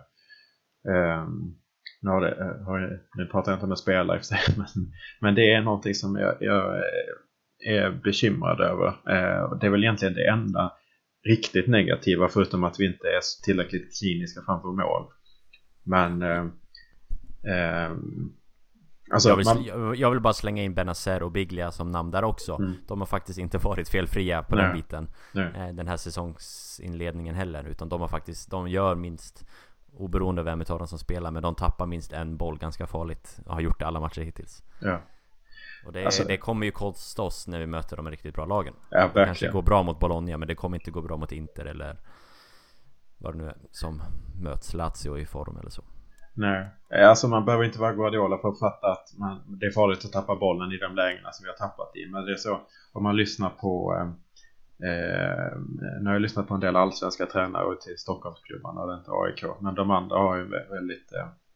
Nu pratar jag inte med spelare i sig, men det är någonting som jag är bekymrad över. Det är väl egentligen det enda riktigt negativa, förutom att vi inte är tillräckligt kliniska framför mål. Men alltså jag vill bara slänga in Benazer och Biglia som namn där också. De har faktiskt inte varit felfria på den biten den här säsongsinledningen heller, utan de gör minst, oberoende av vem av dem som spelar, men de tappar minst en boll ganska farligt och har gjort det alla matcher hittills. Och det kommer ju kosta oss när vi möter de riktigt bra lagen. Det kanske går bra mot Bologna, men det kommer inte gå bra mot Inter eller vad det nu är som möts Lazio i form eller så. Nej, alltså man behöver inte vara Guardiola för att fatta att det är farligt att tappa bollen i de lägena som vi har tappat i. Men det är så, om man lyssnar på nu har jag lyssnat på en del allsvenska tränare till Stockholmsklubbarna, och det är inte AIK, men de andra har ju väldigt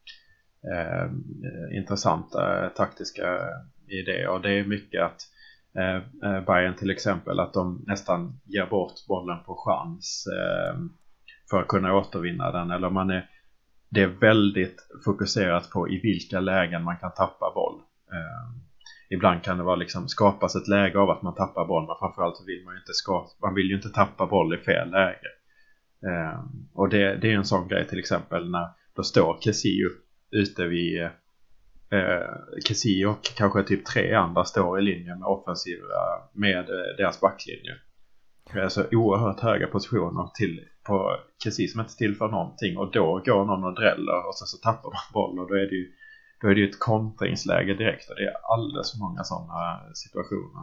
intressanta taktiska idéer, och det är mycket att Bayern till exempel, att de nästan ger bort bollen på chans för att kunna återvinna den, eller det är väldigt fokuserat på i vilka lägen man kan tappa boll. Ibland kan det vara liksom skapas ett läge av att man tappar boll, men framförallt så vill man vill ju inte tappa boll i fel läge. Och det är en sån grej, till exempel när då står Kessie ute vid Kessie och kanske typ 3 andra står i linje med offensiva med deras backlinje. Så oerhört höga positioner på Kessie som inte tillför någonting, och då går någon och dräller och så tappar man boll, och då är det ju ett kontringsläge direkt, och det är alldeles för många sådana situationer.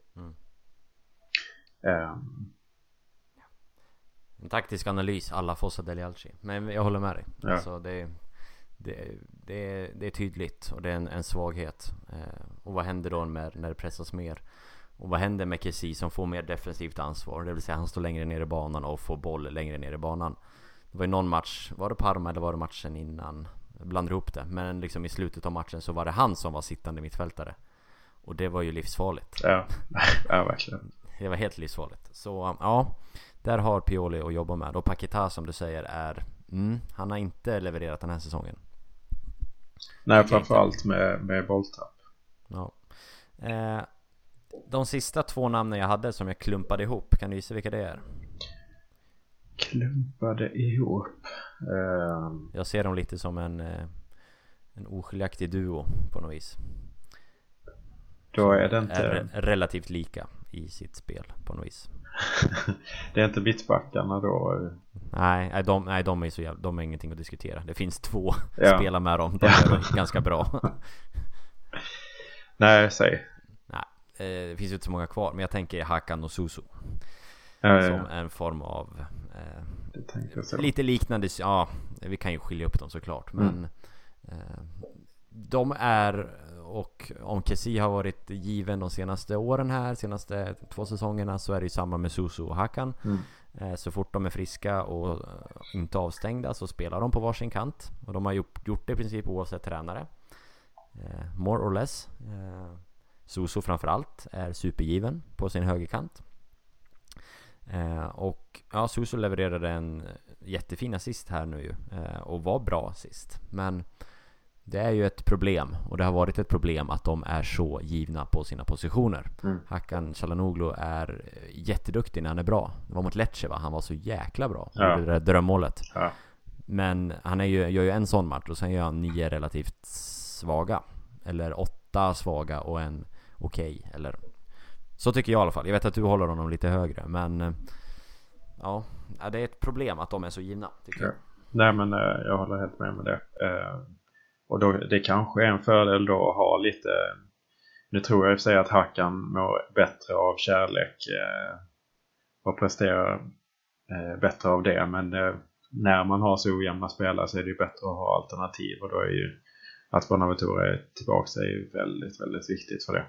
En taktisk analys alla Fossa Dele Alci, men jag håller med dig. Alltså det är tydligt, och det är en svaghet. Och vad händer då när det pressas mer? Och vad händer med Kessie som får mer defensivt ansvar? Det vill säga han står längre ner i banan och får boll längre ner i banan. Det var ju någon match, var det Parma eller var det matchen innan? Jag blandar ihop det, men liksom i slutet av matchen så var det han som var sittande mittfältare. Och det var ju livsfarligt. Ja, verkligen. Det var helt livsfarligt. Så ja, där har Pioli att jobba med. Och Paquetá, som du säger, han har inte levererat den här säsongen. Nej, framförallt med bolltapp. Ja. De sista 2 namnen jag hade som jag klumpade ihop, kan du gissa vilka det är? Klumpade ihop? Jag ser dem lite som en oskiljaktig duo på något vis. Då är det inte... Är relativt lika i sitt spel på något vis. Det är inte mittbackarna då? Nej, de är så jävla, de är ingenting att diskutera. Det finns 2 spela med dem. De är ganska bra. Nej, säg. Nej, det finns ju inte så många kvar. Men jag tänker Hakan och Susu. Som en form av lite liknande. Ja, vi kan ju skilja upp dem såklart. Men de är, och om Kessie har varit given de senaste åren här, senaste 2 säsongerna, så är det ju samma med Susu och Hakan. Så fort de är friska och inte avstängda så spelar de på varsin kant. Och de har gjort det i princip oavsett tränare. More or less. Susu framförallt är supergiven på sin högerkant. Och ja, Susu levererade en jättefin assist här nu ju, och var bra sist. Men det är ju ett problem, och det har varit ett problem att de är så givna på sina positioner. Hakan Çalhanoğlu är jätteduktig när han är bra. Det var mot Lecce, va? Han var så jäkla bra. Det där drömmålet. Men han gör ju en sån match, och sen gör han 9 relativt svaga, eller 8 svaga och en okej, eller så tycker jag i alla fall. Jag vet att du håller honom lite högre, men ja, det är ett problem att de är så givna, tycker jag. Nej, men jag håller helt med det. Och då, det kanske är en fördel då att ha lite... Nu tror jag i och för sig att Hakan mår bättre av kärlek och presterar bättre av det. Men när man har så ojämna spelare så är det ju bättre att ha alternativ. Och då är ju att Bonaventura är tillbaka är ju väldigt, väldigt viktigt för det.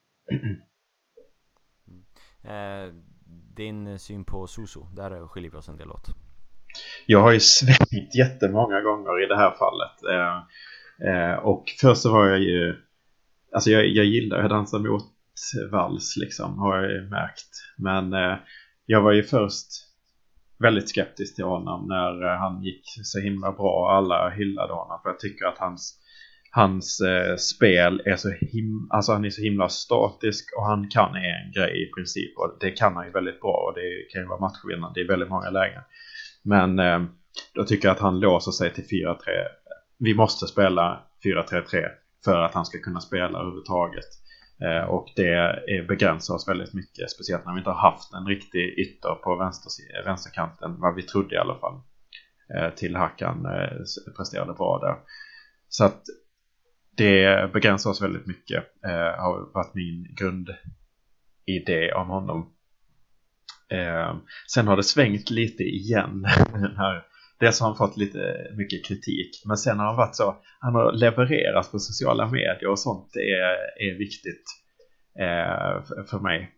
Din syn på Susu, där skiljer vi oss en del åt. Jag har ju svängt jättemånga gånger i det här fallet. Och först så var jag ju... Alltså jag gillar att dansa mot vals liksom, har jag ju märkt. Men jag var ju först väldigt skeptisk till honom när han gick så himla bra. Alla hyllade honom, för jag tycker att hans spel är alltså han är så himla statisk, och han kan en grej i princip, och det kan han ju väldigt bra, och det kan ju vara matchvinnande i väldigt många lägen. Men då tycker jag att han låser sig till 4-3. Vi måste spela 4-3-3 för att han ska kunna spela överhuvudtaget. Och det begränsar oss väldigt mycket, speciellt när vi inte har haft en riktig ytter på vänsterkanten, vad vi trodde i alla fall. Till Hakan presterade bra där. Så att det begränsar oss väldigt mycket. Har varit min grundidé om honom. Sen har det svängt lite igen. Dels har han fått lite mycket kritik, men sen har han varit så, han har levererat på sociala medier och sånt. Det är viktigt för mig.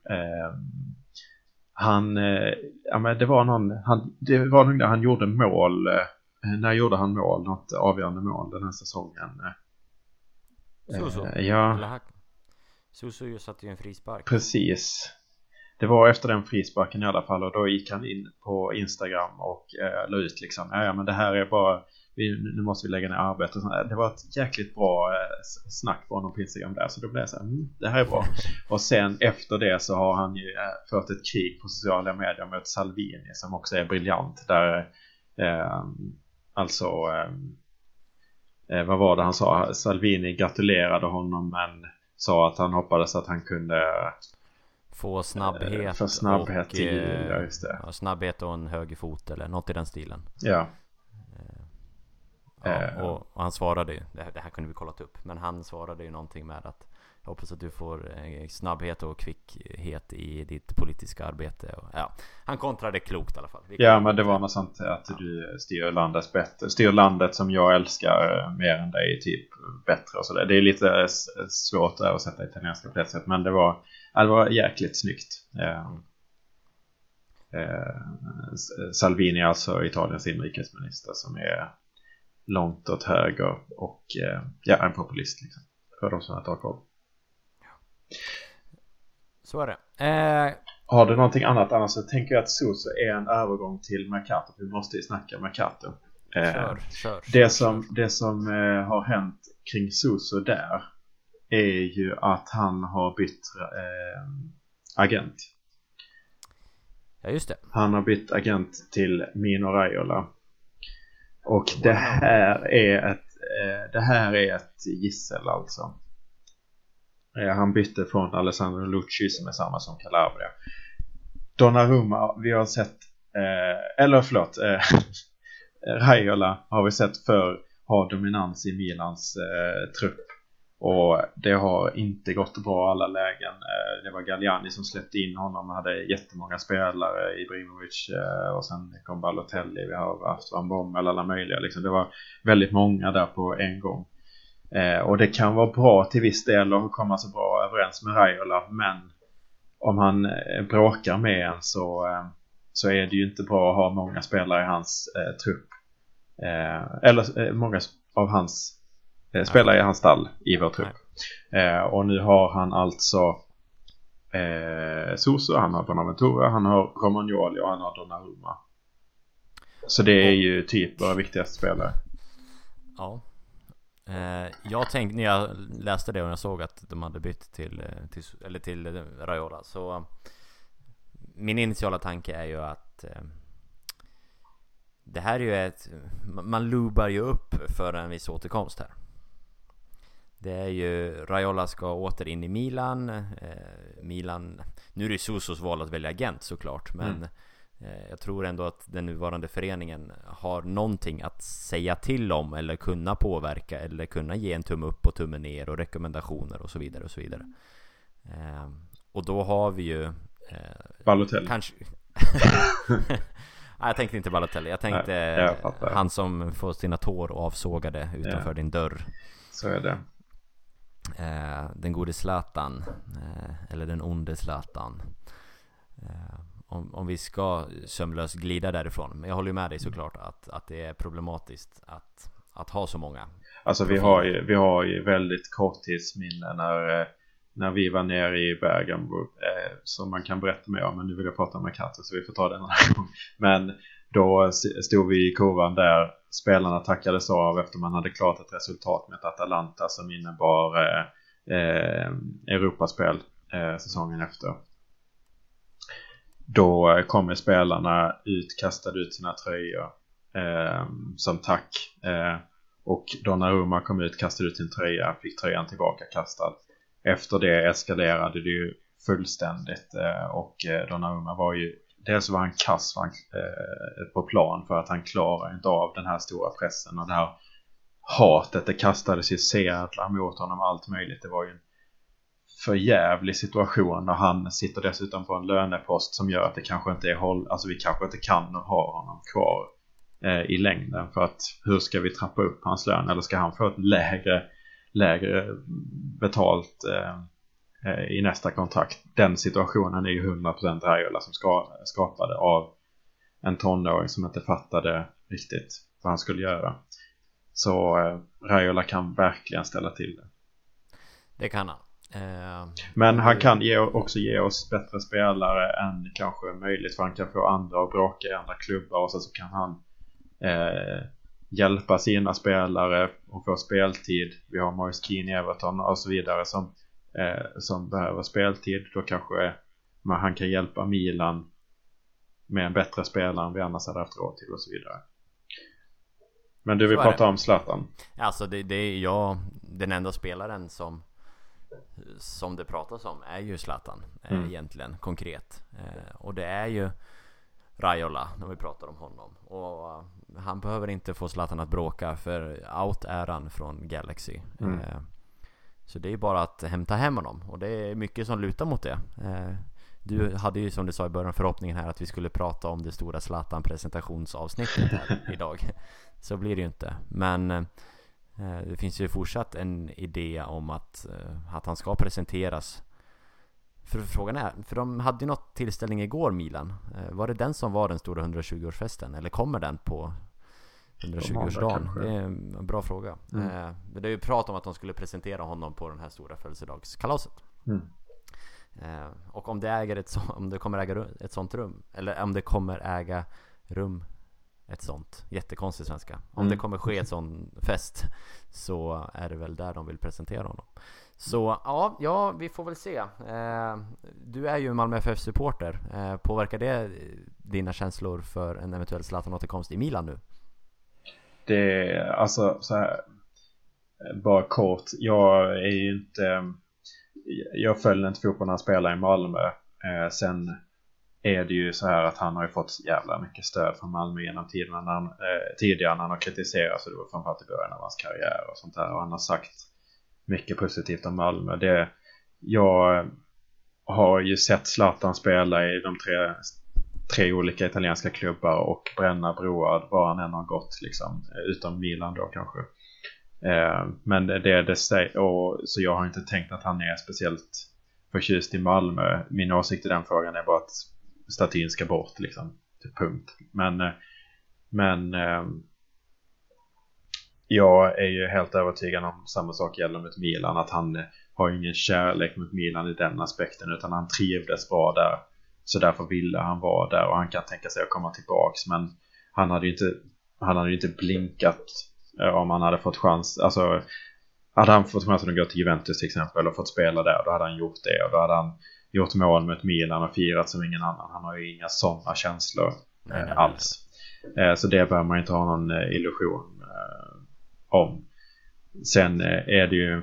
Det var någon där han gjorde mål. När gjorde han mål? Något avgörande mål den här säsongen? Susu? Ja. Susu satte ju en frispark. Precis. Det var efter den frisparken i alla fall, och då gick han in på Instagram och la ut liksom, ja men det här är bara, nu måste vi lägga ner arbete. Det var ett jäkligt bra snack på honom på Instagram där, så då blev jag så här, det här är bra. Och sen efter det så har han ju fört ett krig på sociala medier mot Salvini, som också är briljant, där vad var det han sa? Salvini gratulerade honom, men sa att han hoppades att han kunde få snabbhet, för snabbhet och, just det. Snabbhet och en höger fot eller något i den stilen. Ja. Och han svarade ju, det här kunde vi kollat upp, men han svarade ju någonting med att jag hoppas att du får snabbhet och kvickhet i ditt politiska arbete. Och, ja, han kontrade klokt i alla fall. Men det var något sånt att du styr landet bättre. Styr landet som jag älskar mer än dig typ bättre och sådär. Det är lite svårt att sätta italienska plötsligt, men det var jäkligt snyggt. Salvini, alltså Italiens inrikesminister, som är långt åt höger och en populist liksom, för de som har tagit koll. Så är det. Har du någonting annat? Annars så tänker jag att Susu är en övergång till Mercato. Vi måste ju snacka Mercato. Kör. Det som har hänt kring Susu där är ju att han har bytt agent. Ja, just det. Han har bytt agent till Mino Raiola. Och det här är ett gissel alltså. Han bytte från Alessandro Lucci som är samma som Calabria. Donnarumma, vi har sett Raiola har vi sett för ha dominans i Milans trupp. Och det har inte gått bra alla lägen. Det var Galliani som släppte in honom. Hade jättemånga spelare, Ibrahimovic och sen kom Balotelli. Vi har haft Van Bommel, alla möjliga. Liksom. Det var väldigt många där på en gång. Och det kan vara bra till viss del att komma så bra överens med Raiola. Men om han bråkar med en så är det ju inte bra att ha många spelare i hans trupp. Eller många av hans spelare i hans stall i vår trupp. Och nu har han alltså Suso, han har Bonaventura, han har Romagnoli och han har Donnarumma. Så det är ju typ våra viktigaste spelare. Ja. Jag tänkte när jag läste det och jag såg att de hade bytt till Raiola, så min initiala tanke är ju att det här är ju man lubar ju upp för en viss återkomst här. Det är ju Raiola ska åter in i Milan. Nu är det Susos val att välja agent såklart, men jag tror ändå att den nuvarande föreningen har någonting att säga till om eller kunna påverka eller kunna ge en tumme upp och tumme ner och rekommendationer och så vidare och så vidare. Och då har vi ju Balotelli. Kanske jag tänkte inte Balotelli. Jag tänkte han som får sina tår avsågade utanför din dörr. Så är det. Den gode Zlatan, eller den onde Zlatan. Om vi ska sömlöst glida därifrån. Men jag håller ju med dig såklart att det är problematiskt att ha så många. Alltså vi har ju väldigt korttidsminne när vi var nere i Bergamo, som man kan berätta mer om, men nu vill jag prata med Katter så vi får ta den här gång. Men då stod vi i kurvan där spelarna tackades av efter man hade klart ett resultat med ett Atalanta som innebar Europaspel säsongen efter. Då kommer spelarna kastade ut sina tröjor som tack, och Donnarumma kom ut, kastade ut sin tröja, fick tröjan tillbaka kastad. Efter det eskalerade det ju fullständigt, och Donnarumma var ju, dels var han kass på plan för att han klarar inte av den här stora pressen och det här hatet, det kastades ju sedlar mot honom, allt möjligt. Det var ju en förjävlig situation och han sitter dessutom på en lönepost som gör att det kanske inte är alltså vi kanske inte kan ha honom kvar i längden, för att hur ska vi trappa upp hans lön, eller ska han få ett lägre betalt i nästa kontrakt? Den situationen är ju 100% Raiola som skapade av en tonåring som inte fattade riktigt vad han skulle göra. Så Raiola kan verkligen ställa till det. Det kan han. Men han kan också ge oss bättre spelare än kanske möjligt, för han kan få andra att bråka i andra klubbar, och så kan han hjälpa sina spelare och få speltid. Vi har Moise Kean i Everton och så vidare som behöver speltid. Då kanske han kan hjälpa Milan med en bättre spelare än vi annars hade haft råd till och så vidare. Men du vill prata om Zlatan? Alltså det är den enda spelaren som det pratas om är ju Zlatan egentligen konkret. Och det är ju Raiola när vi pratar om honom. Och han behöver inte få Zlatan att bråka, för out är han från Galaxy. Så det är bara att hämta hem honom, och det är mycket som lutar mot det. Du hade ju, som du sa i början, förhoppningen här att vi skulle prata om det stora Zlatan presentationsavsnittet här idag. Så blir det ju inte. Men det finns ju fortsatt en idé om att han ska presenteras. För frågan är, för de hade ju något tillställning igår, Milan. Var det den som var den stora 120-årsfesten? Eller kommer den på 120-årsdagen? Det är en bra fråga. Det är ju prat om att de skulle presentera honom på den här stora födelsedagskalaset. Och om det kommer äga ett sånt rum, eller om det kommer äga rum ett sånt, jättekonstigt svenska. Om det kommer ske ett sån fest, så är det väl där de vill presentera honom. Så ja, vi får väl se. Du är ju Malmö FF-supporter. Påverkar det dina känslor för en eventuell Zlatan-återkomst i Milan nu? Det är alltså så här, bara kort. Jag är ju inte, jag följer inte fotboll när han spelar i Malmö. Sen är det ju så här att han har ju fått jävla mycket stöd från Malmö genom tiden tidigare när han har kritiserat, så det var framförallt i början av hans karriär och sånt där, och han har sagt mycket positivt om Malmö. Jag har ju sett Zlatan spela i de tre olika italienska klubbar och bränna broar var han än har gått liksom, utom Milan då kanske. Men det och så jag har inte tänkt att han är speciellt förtjust i Malmö. Min åsikt i den frågan är bara att statyn ska bort liksom, till punkt. Men jag är ju helt övertygad om samma sak gäller mot Milan, att han har ingen kärlek mot Milan i den aspekten, utan han trivdes vara där, så därför ville han vara där, och han kan tänka sig att komma tillbaks. Men han hade ju inte blinkat om han hade fått chans. Alltså hade han fått chansen att gå till Juventus till exempel och fått spela där, då hade han gjort det, och då hade han gjort mål mot Milan och firat som ingen annan. Han har ju inga sådana känslor alls. Så det behöver man inte ha någon illusion om. Sen är det ju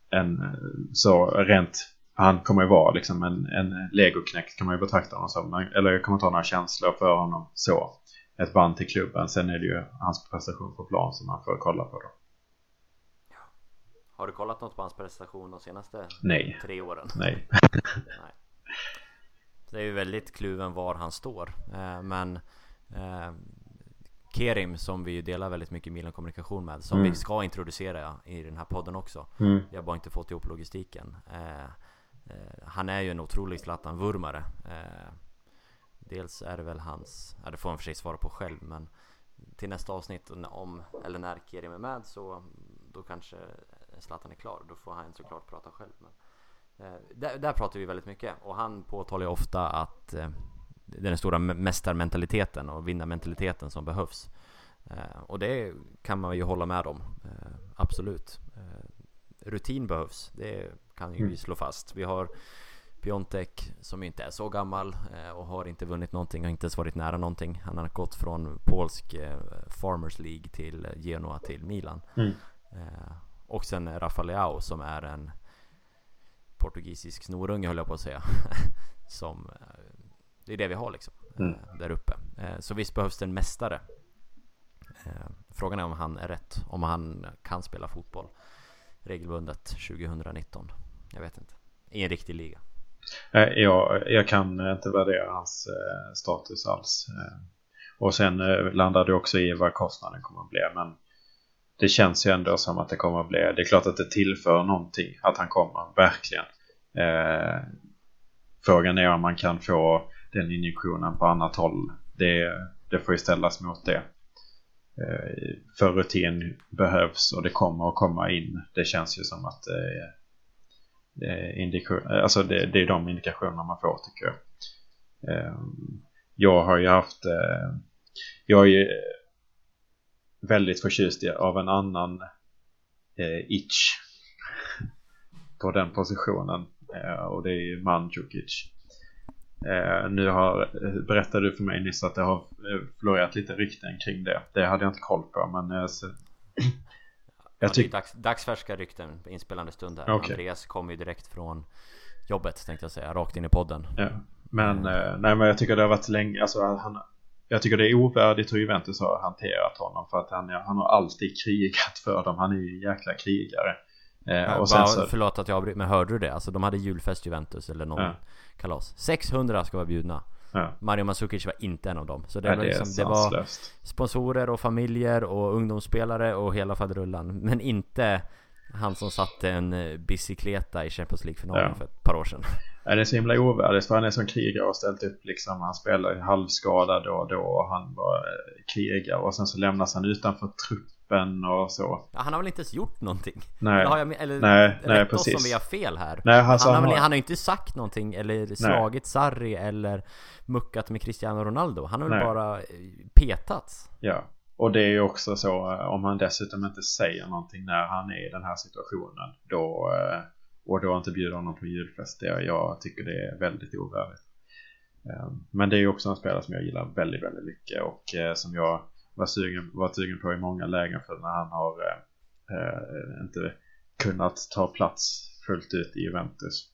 han kommer ju vara liksom en legoknäckt, kan man ju betrakta honom som. Eller jag kommer inte ha några känslor för honom så. Ett band till klubben. Sen är det ju hans prestation på plan som man får kolla på då. Har du kollat något på hans prestation de senaste 3 åren? Nej. Nej. Det är ju väldigt kluven var han står. Men Kerim, som vi delar väldigt mycket Milan-kommunikation med, som vi ska introducera i den här podden också. Jag har bara inte fått ihop logistiken. Han är ju en otrolig Zlatan-vurmare. Dels är det väl hans, det får han för sig svara på själv, men till nästa avsnitt om eller när Kerim är med, så då kanske Zlatan är klar. Då får han såklart prata själv, men där pratar vi väldigt mycket, och han påtalar ju ofta att det är den stora mästarmentaliteten och vinnarmentaliteten som behövs, och det kan man ju hålla med om. Absolut. Rutin behövs, det kan ju vi slå fast. Vi har Piontek som inte är så gammal och har inte vunnit någonting, har inte ens varit nära någonting. Han har gått från polsk Farmers League till Genoa till Milan. Och sen Rafael Leao som är en portugisisk snorunge, höll jag på att säga. Som, det är det vi har liksom där uppe. Så visst behövs det en mästare. Frågan är om han är rätt, om han kan spela fotboll regelbundet 2019. Jag vet inte. I en riktig liga. Jag kan inte värdera hans status alls. Och sen landar det också i vad kostnaden kommer att bli. Men det känns ju ändå som att det kommer att bli. Det är klart att det tillför någonting att han kommer, verkligen. Frågan är om man kan få den injektionen på annat håll. Det får ju ställas mot det. För rutin behövs, och det kommer att komma in. Det känns ju som att alltså det är de indikationerna man får, tycker jag. Jag har ju haft jag är ju väldigt förtjust av en annan itch på den positionen, och det är ju Mandzukic. Nu berättade du för mig nyss att det har florerat lite rykten kring det. Det hade jag inte koll på, men jag tycker dagsfärska rykten på inspelande stund här. Okay. Andreas kom ju direkt från jobbet, tänkte jag säga, rakt in i podden. Ja. Men men jag tycker det har varit länge, alltså jag tycker det är ovärdigt hur Juventus har hanterat honom, för att han har alltid krigat för dem. Han är ju en jäkla krigare. Och sen förlåt att jag avbryter, men hörde du det? Alltså de hade julfest Juventus eller någon kalas. 600 ska vara bjudna. Mario Mandzukic var inte en av dem. Så det var liksom, det var sponsorer och familjer och ungdomsspelare och hela faderullan, men inte han som satte en bicykleta i Champions League-finalen för ett par år sedan. Det är så himla ovärdigt, för han är som krigare och ställt upp liksom, han spelar halvskadad då och han var krigare, och sen så lämnas han utanför truppen och så. Ja, han har väl inte ens gjort någonting. Nej, precis. Som vi har fel här. Nej, han har ju inte sagt någonting eller slagit Sarri eller muckat med Cristiano Ronaldo. Han har väl bara petats. Ja. Och det är ju också så, om han dessutom inte säger någonting när han är i den här situationen, och då inte bjuda honom på julfest. Jag tycker det är väldigt ovärdigt. Men det är ju också en spelare som jag gillar väldigt, väldigt mycket och som jag var sugen på i många lägen för när han har inte kunnat ta plats fullt ut i Juventus.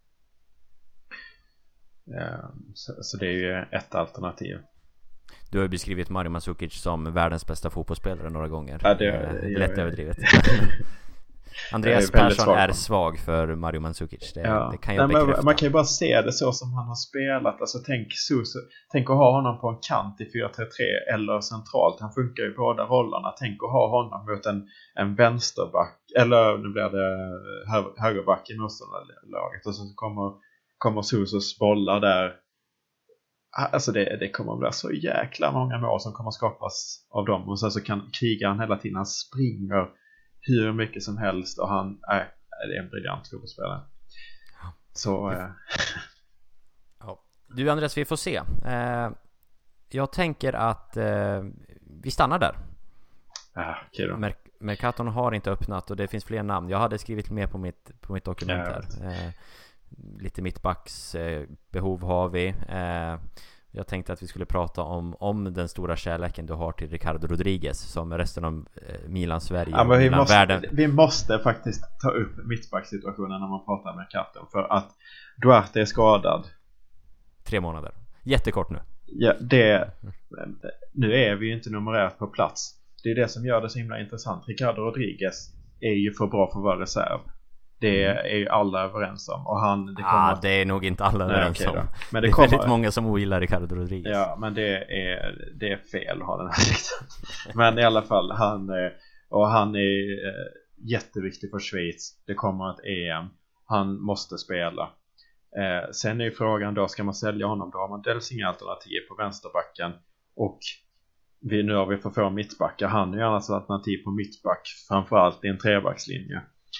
Så det är ju ett alternativ. Du har ju beskrivit Mario Mandzukic som världens bästa fotbollsspelare några gånger. Ja, lätt överdrivet. Andreas Persson är svag för Mario Mandzukic. Det kan jag bekräfta. Man kan ju bara se det så som han har spelat. Alltså, tänk att ha honom på en kant i 4-3-3 eller centralt. Han funkar ju båda rollerna. Tänk att ha honom mot en vänsterback. Eller nu blir det högerback i motståndarlaget. Och så kommer Sousos bollar där. Alltså det kommer att bli så jäkla många mål som kommer att skapas av dem. Och sen så krigar han hela tiden. Han springer hur mycket som helst. Och det är en briljant fotbollsspelare. Så ja. Du Andreas, vi får se. Jag tänker att vi stannar där. Okay då. Mercaton har inte öppnat och det finns fler namn. Jag hade skrivit med på mitt dokument här. Lite mittbacks behov har vi. Jag tänkte att vi skulle prata om den stora kärleken du har till Ricardo Rodriguez som resten av Milan-Sverige. Ja, men vi måste faktiskt ta upp mittbacksituationen när man pratar med Mercaton, för att Duarte är skadad 3 månader. Jättekort nu. Ja, nu är vi ju inte numerärt på plats. Det är det som gör det så himla intressant. Ricardo Rodriguez är ju för bra för att vara reserv. Det är ju alla överens om. Och det är nog inte alla överens om. Men det är väldigt många som ogillar Ricardo Rodriguez. Ja, men det är fel att ha den här sikten. Men i alla fall, han är jätteviktig för Schweiz. Det kommer ett EM. Han måste spela. Sen är ju frågan då, ska man sälja honom? Då har man dels inga alternativ på vänsterbacken. Och nu har vi för få mittbackar. Han är ju annars alternativ på mittback, framförallt i en trebackslinje.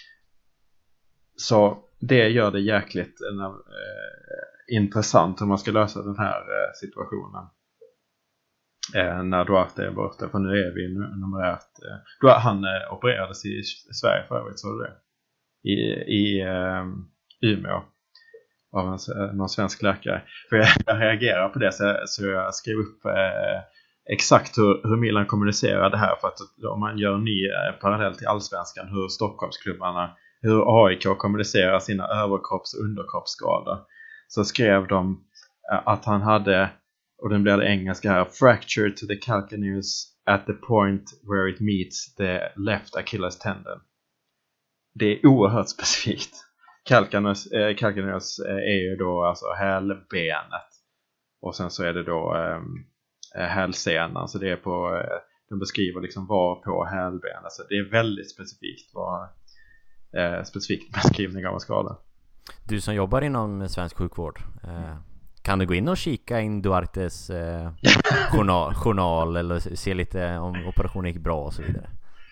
Så det gör det jäkligt intressant hur man ska lösa den här situationen när Duarte är borta. För nu är vi numerärt. Han opererades i Sverige för övrigt, så det i Umeå av någon svensk läkare. För jag reagerar på det, så jag skrev upp exakt hur Milan kommunicerar det här. För att om man gör en ny parallell till Allsvenskan, hur Stockholmsklubbarna, hur AIK kommunicerar sina överkropps- och underkroppsskador, så skrev de att han hade, och den blev det engelska här, fracture to the calcaneus at the point where it meets the left Achilles tendon. Det är oerhört specifikt. Calcaneus är ju då alltså hälbenet, och sen så är det då hälsenan, så det är på, de beskriver liksom var på hälbenet, så det är väldigt specifikt specifik beskrivning av en skada. Du som jobbar inom svensk sjukvård, kan du gå in och kika in Duartes journal eller se lite om operationen gick bra och så vidare?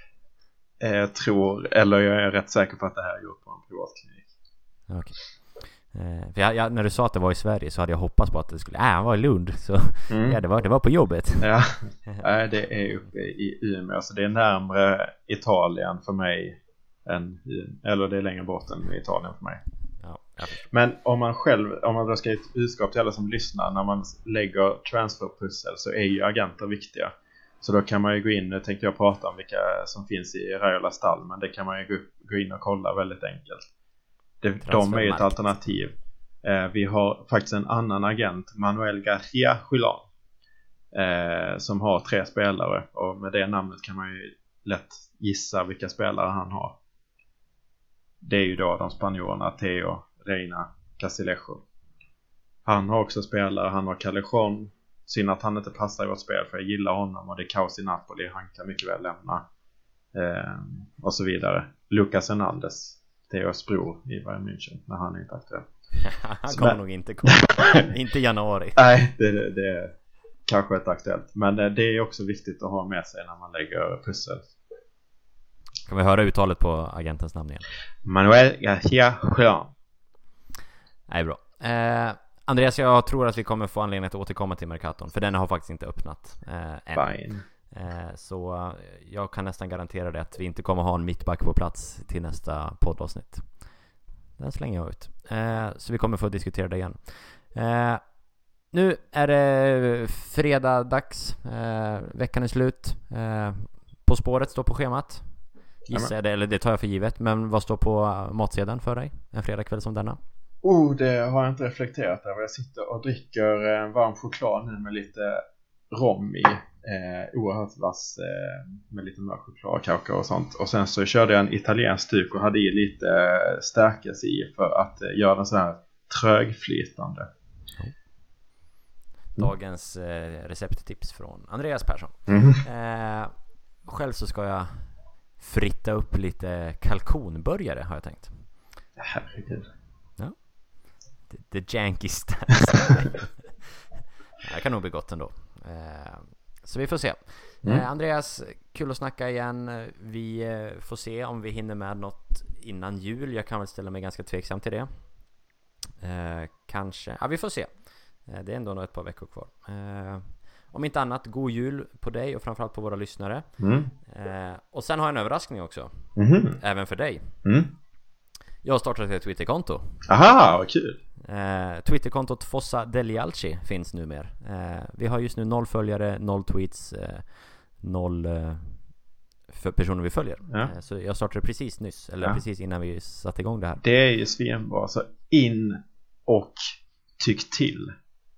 Jag är rätt säker på att det här är gjort på en privatklinik. Okej. För när du sa att det var i Sverige så hade jag hoppats på att det skulle vara i Lund, så ja, det var på jobbet. Ja, det är uppe i Umeå, så det är närmare Italien för mig eller det är längre bort än Italien för mig. Ja. Men om man då ska ge ett budskap till alla som lyssnar, när man lägger transferpussel så är ju agenter viktiga. Så då kan man ju gå in, nu tänkte jag prata om vilka som finns i Raiola stall, men det kan man ju gå in och kolla väldigt enkelt. De är ju ett alternativ. Vi har faktiskt en annan agent, Manuel Garcia Julan, som har 3 spelare, och med det namnet kan man ju lätt gissa vilka spelare han har. Det är ju då de spanjorerna Theo, Reina, Castillejo. Han har också spelare, han har Callejon. Synd att han inte passar i vårt spel, för jag gillar honom, och det är kaos i Napoli, han kan mycket väl lämna. Och så vidare. Lucas Hernandez, Theos bror i Bayern München, när han är inte aktuell. Han kommer nog inte komma. Inte i januari. Nej, det är kanske ett aktuellt. Men det är också viktigt att ha med sig när man lägger pussel. Kan vi höra uttalet på agentens namn igen? Manuel Garcia Julan. Nej, bra. Andreas, jag tror att vi kommer få anledning att återkomma till Mercaton, för den har faktiskt inte öppnat än. Fine. Så jag kan nästan garantera det att vi inte kommer ha en mittback på plats till nästa poddavsnitt. Den slänger jag ut. Så vi kommer få diskutera det igen. Nu är det fredag dags. Veckan är slut. På spåret står på schemat. Gissar jag det, eller det tar jag för givet. Men vad står på matsedeln för dig en fredagkväll som denna? Det har jag inte reflekterat över. Jag sitter och dricker en varm choklad nu med lite rom i. Oerhört vass med lite mörk choklad, kakao och sånt. Och sen så körde jag en italiensk typ och hade i lite stärkelse i för att göra den så här trögflytande. Dagens recepttips från Andreas Persson. Själv så ska jag fritta upp lite kalkonburgare, har jag tänkt. Herregud. Ja. The janky stance. Det kan nog bli gott ändå. Så vi får se. Andreas, kul att snacka igen. Vi får se om vi hinner med något innan jul. Jag kan väl ställa mig ganska tveksam till det. Kanske. Ja, vi får se. Det är ändå nog ett par veckor kvar. Om inte annat, god jul på dig och framförallt på våra lyssnare. Och sen har jag en överraskning också. Även för dig. Jag har startat ett Twitterkonto. Aha, vad kul. Twitterkontot Fossa Delialci finns numera. Vi har just nu 0 följare, 0 tweets, 0 för personer vi följer. Så jag startade precis nyss, eller precis innan vi satte igång det här. Det är ju svinbra. Så in och tyck till.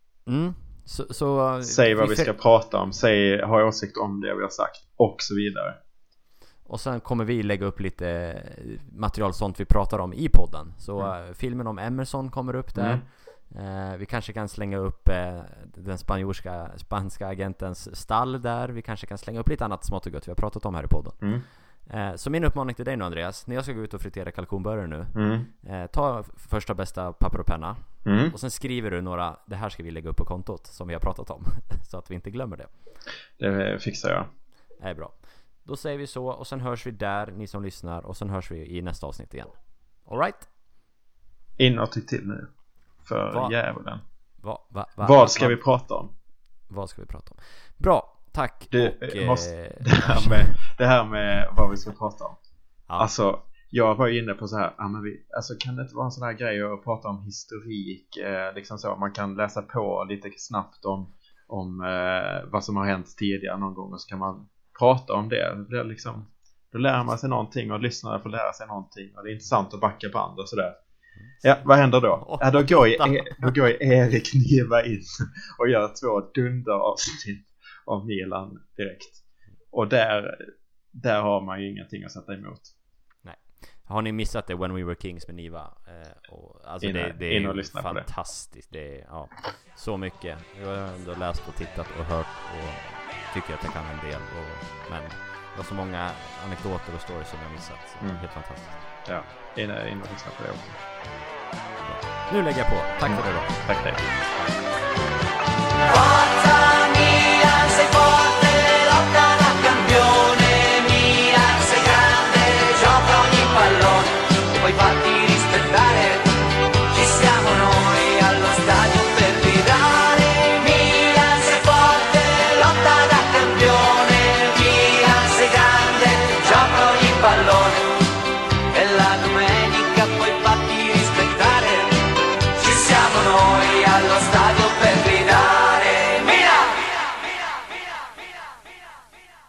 Så säg vad vi ska prata om. Säg, ha åsikt om det vi har sagt. Och så vidare. Och sen kommer vi lägga upp lite material sånt vi pratar om i podden. Så filmen om Emerson kommer upp där. Vi kanske kan slänga upp den spanska agentens stall där. Vi kanske kan slänga upp lite annat smått och gott vi har pratat om här i podden. Så min uppmaning till dig nu, Andreas, när jag ska gå ut och fritera kalkonburgare nu, ta första bästa papper och penna. Och sen skriver du några, det här ska vi lägga upp på kontot som vi har pratat om. Så att vi inte glömmer det. Det fixar jag. Det är bra. Då säger vi så, och sen hörs vi där, ni som lyssnar. Och sen hörs vi i nästa avsnitt igen. All right? In och tyck till nu. För djävulen. Vad ska vi prata om? Vad ska vi prata om? Bra, tack. Det här med vad vi ska prata om. Ja. Alltså, jag var inne på så här, alltså kan det inte vara en sån här grej att prata om historik, liksom så, man kan läsa på lite snabbt om vad som har hänt tidigare någon gång, och så kan man prata om det. Det är liksom, då lär man sig någonting och lyssnare får lära sig någonting, och det är intressant att backa band och sådär. Ja, vad händer då? Då går Erik Niva in och gör 2 dunderavsnitt av Milan direkt. Och där har man ju ingenting att sätta emot. Nej. Har ni missat det, When We Were Kings med Niva? Alltså det är fantastiskt. Det är, så mycket. Jag har ändå läst och tittat och hört och tycker att jag kan en del. Men det var så många anekdoter och stories som jag missat. Så helt fantastiskt. Ja, in och lyssna på det också. Nu lägger jag på. Tack för det då. Tack dig.